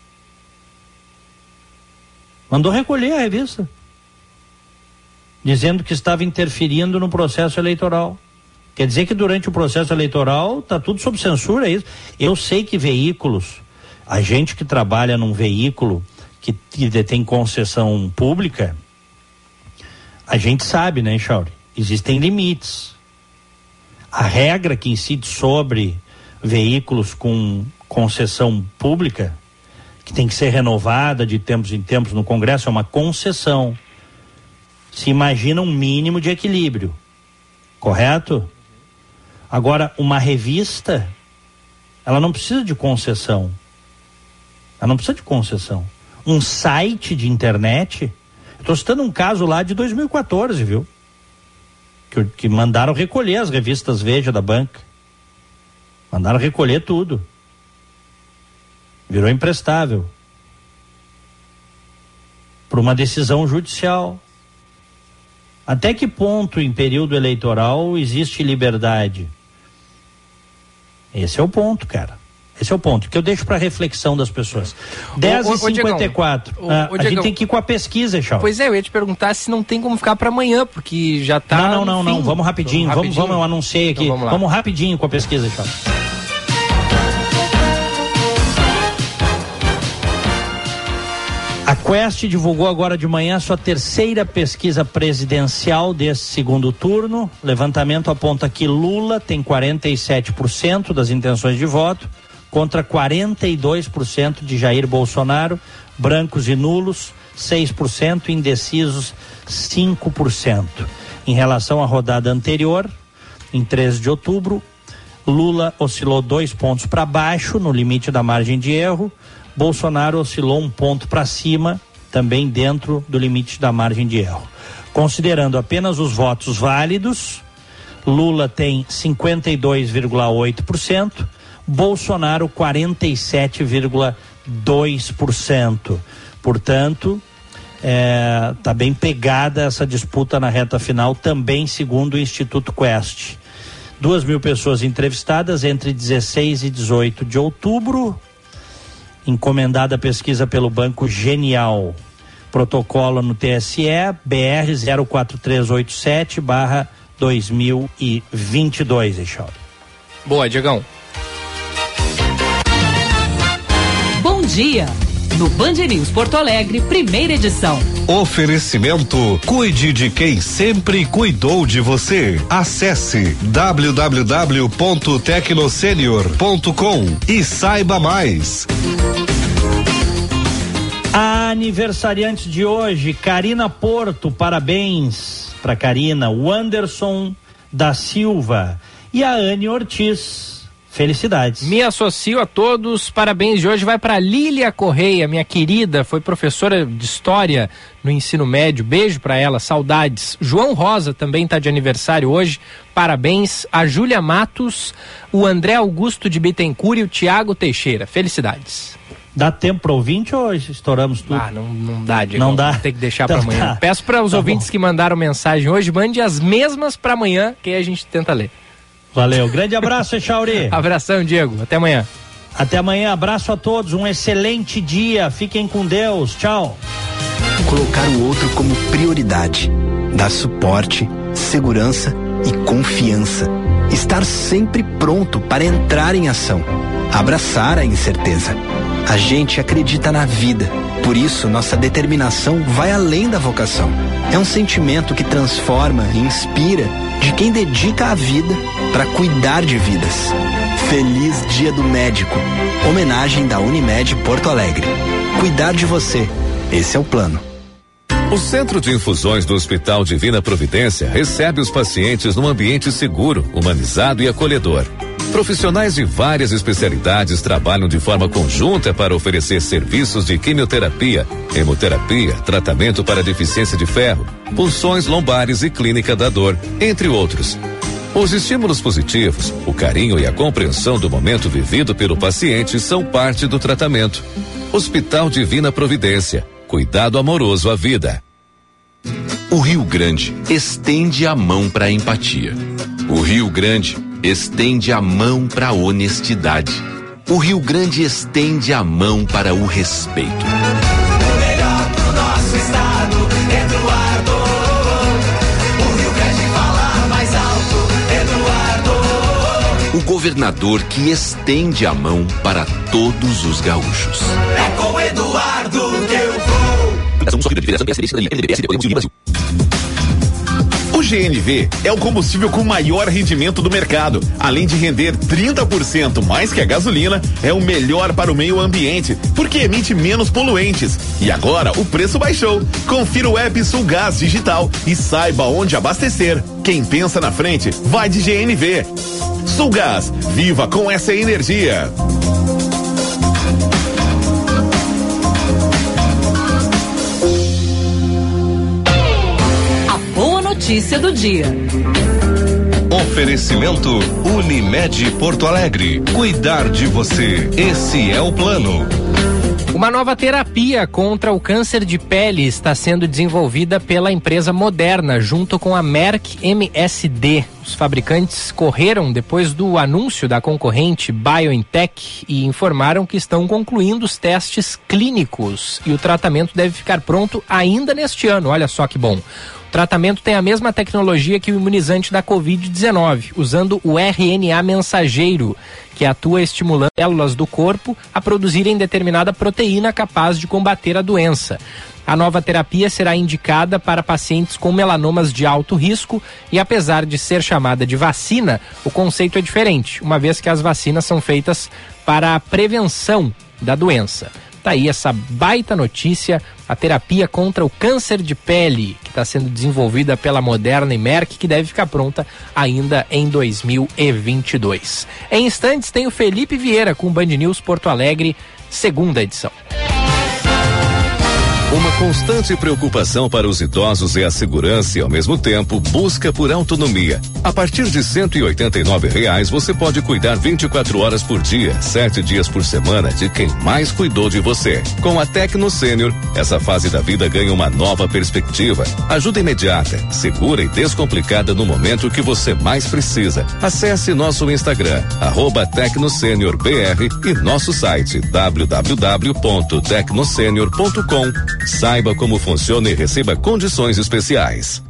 Dizendo que estava interferindo no processo eleitoral. Quer dizer que durante o processo eleitoral está tudo sob censura, é isso? Eu sei que veículos, a gente que trabalha num veículo que detém concessão pública, a gente sabe, né, Chauri? Existem limites. A regra que incide sobre veículos com concessão pública, que tem que ser renovada de tempos em tempos no Congresso, é uma concessão. Se imagina um mínimo de equilíbrio. Correto? Agora, uma revista, ela não precisa de concessão. Um site de internet... Estou citando um caso lá de 2014, viu? Que mandaram recolher as revistas Veja da banca. Mandaram recolher tudo. Virou imprestável. Por uma decisão judicial. Até que ponto em período eleitoral existe liberdade? Esse é o ponto, cara. Esse é o ponto que eu deixo para reflexão das pessoas. 10h54. A gente tem que ir com a pesquisa, Chau. Pois eu ia te perguntar se não tem como ficar para amanhã, porque já tá. Não. Vamos rapidinho. Vamos, eu anunciei aqui. Então, vamos rapidinho com a pesquisa, Chau. A Quest divulgou agora de manhã sua terceira pesquisa presidencial desse segundo turno. Levantamento aponta que Lula tem 47% das intenções de voto contra 42% de Jair Bolsonaro, brancos e nulos 6%, indecisos 5%. Em relação à rodada anterior, em 13 de outubro, Lula oscilou 2 pontos para baixo no limite da margem de erro. Bolsonaro oscilou 1 ponto para cima, também dentro do limite da margem de erro. Considerando apenas os votos válidos, Lula tem 52,8%, Bolsonaro 47,2%. Portanto, tá bem pegada essa disputa na reta final, também segundo o Instituto Quest. 2.000 pessoas entrevistadas entre 16 e 18 de outubro. Encomendada a pesquisa pelo Banco Genial. Protocolo no TSE BR 04387/2022, Echauri. Boa, Diegão. Bom dia. No Band News Porto Alegre, primeira edição. Oferecimento: cuide de quem sempre cuidou de você. Acesse www.tecnosenior.com e saiba mais. A aniversariante de hoje, Karina Porto, parabéns para Karina. O Anderson da Silva e a Anne Ortiz. Felicidades. Me associo a todos, parabéns de hoje vai para Lília Correia, minha querida, foi professora de história no ensino médio, beijo para ela, saudades. João Rosa também está de aniversário hoje, parabéns. A Júlia Matos, o André Augusto de Bittencourt e o Tiago Teixeira, felicidades. Dá tempo para ouvinte ou estouramos tudo? Não dá, Diego. Não dá. Tem que deixar para amanhã. Tá. Peço para os ouvintes bom. que mandaram mensagem hoje, mande as mesmas para amanhã, que aí a gente tenta ler. Valeu, grande abraço, Echauri. Abração, Diego, até amanhã. Até amanhã, abraço a todos, um excelente dia, fiquem com Deus, tchau. Colocar o outro como prioridade, dar suporte, segurança e confiança. Estar sempre pronto para entrar em ação, abraçar a incerteza. A gente acredita na vida, por isso nossa determinação vai além da vocação. É um sentimento que transforma e inspira de quem dedica a vida para cuidar de vidas. Feliz Dia do Médico. Homenagem da Unimed Porto Alegre. Cuidar de você. Esse é o plano. O Centro de Infusões do Hospital Divina Providência recebe os pacientes num ambiente seguro, humanizado e acolhedor. Profissionais de várias especialidades trabalham de forma conjunta para oferecer serviços de quimioterapia, hemoterapia, tratamento para deficiência de ferro, punções lombares e clínica da dor, entre outros. Os estímulos positivos, o carinho e a compreensão do momento vivido pelo paciente são parte do tratamento. Hospital Divina Providência. Cuidado amoroso à vida. O Rio Grande estende a mão para a empatia. O Rio Grande estende a mão para a honestidade. O Rio Grande estende a mão para o respeito. O melhor pro nosso estado, Eduardo. O Rio Grande fala mais alto, Eduardo. O governador que estende a mão para todos os gaúchos. É com Eduardo que eu vou. O GNV é o combustível com maior rendimento do mercado. Além de render 30% mais que a gasolina, é o melhor para o meio ambiente, porque emite menos poluentes. E agora o preço baixou. Confira o app Sulgás Digital e saiba onde abastecer. Quem pensa na frente, vai de GNV. Sulgás, viva com essa energia. Notícia do dia. Oferecimento Unimed Porto Alegre. Cuidar de você. Esse é o plano. Uma nova terapia contra o câncer de pele está sendo desenvolvida pela empresa Moderna, junto com a Merck MSD. O Os fabricantes correram depois do anúncio da concorrente BioNTech e informaram que estão concluindo os testes clínicos e o tratamento deve ficar pronto ainda neste ano. Olha só que bom. O tratamento tem a mesma tecnologia que o imunizante da Covid-19, usando o RNA mensageiro, que atua estimulando células do corpo a produzirem determinada proteína capaz de combater a doença. A nova terapia será indicada para pacientes com melanomas de alto risco e, apesar de ser chamada de vacina, o conceito é diferente, uma vez que as vacinas são feitas para a prevenção da doença. Tá aí essa baita notícia, a terapia contra o câncer de pele, que está sendo desenvolvida pela Moderna e Merck, que deve ficar pronta ainda em 2022. Em instantes tem o Felipe Vieira com o Band News Porto Alegre, segunda edição. Uma constante preocupação para os idosos é a segurança e, ao mesmo tempo, busca por autonomia. A partir de R$189 você pode cuidar 24 horas por dia, 7 dias por semana de quem mais cuidou de você. Com a Tecno Sênior, essa fase da vida ganha uma nova perspectiva. Ajuda imediata, segura e descomplicada no momento que você mais precisa. Acesse nosso Instagram, @TecnoSeniorBR e nosso site www.tecnosenior.com. Saiba como funciona e receba condições especiais.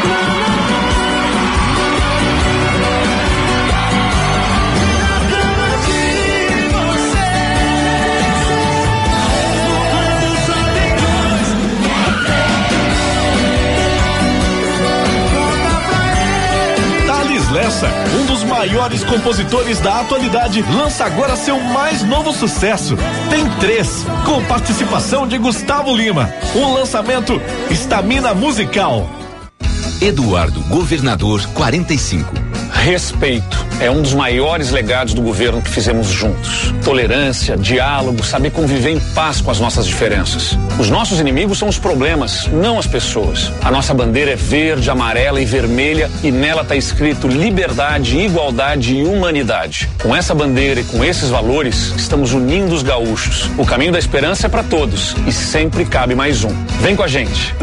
Lessa, um dos maiores compositores da atualidade, lança agora seu mais novo sucesso. Tem 3, com participação de Gustavo Lima. O lançamento Estamina Musical. Eduardo Governador 45. Respeito é um dos maiores legados do governo que fizemos juntos. Tolerância, diálogo, saber conviver em paz com as nossas diferenças. Os nossos inimigos são os problemas, não as pessoas. A nossa bandeira é verde, amarela e vermelha e nela está escrito liberdade, igualdade e humanidade. Com essa bandeira e com esses valores, estamos unindo os gaúchos. O caminho da esperança é para todos e sempre cabe mais um. Vem com a gente.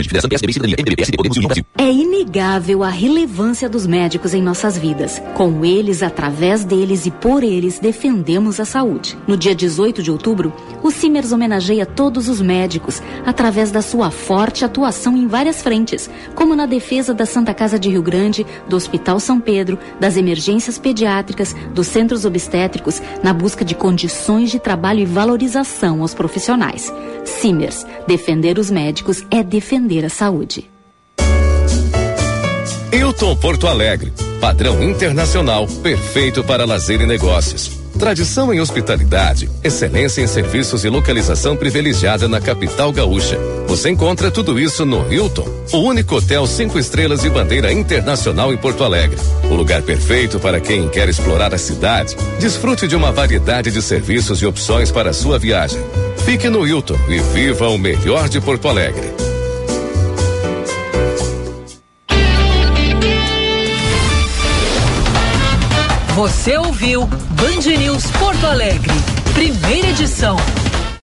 É inegável a relevância dos médicos em nossas vidas. Com eles, através deles e por eles, defendemos a saúde. No dia 18 de outubro, o Simers homenageia todos os médicos através da sua forte atuação em várias frentes, como na defesa da Santa Casa de Rio Grande, do Hospital São Pedro, das emergências pediátricas, dos centros obstétricos, na busca de condições de trabalho e valorização aos profissionais. Simers, defender os médicos é defender a saúde. Hilton Porto Alegre, padrão internacional, perfeito para lazer e negócios. Tradição em hospitalidade, excelência em serviços e localização privilegiada na capital gaúcha. Você encontra tudo isso no Hilton, o único hotel 5 estrelas e bandeira internacional em Porto Alegre. O lugar perfeito para quem quer explorar a cidade. Desfrute de uma variedade de serviços e opções para a sua viagem. Fique no Hilton e viva o melhor de Porto Alegre. Você ouviu Band News Porto Alegre, primeira edição.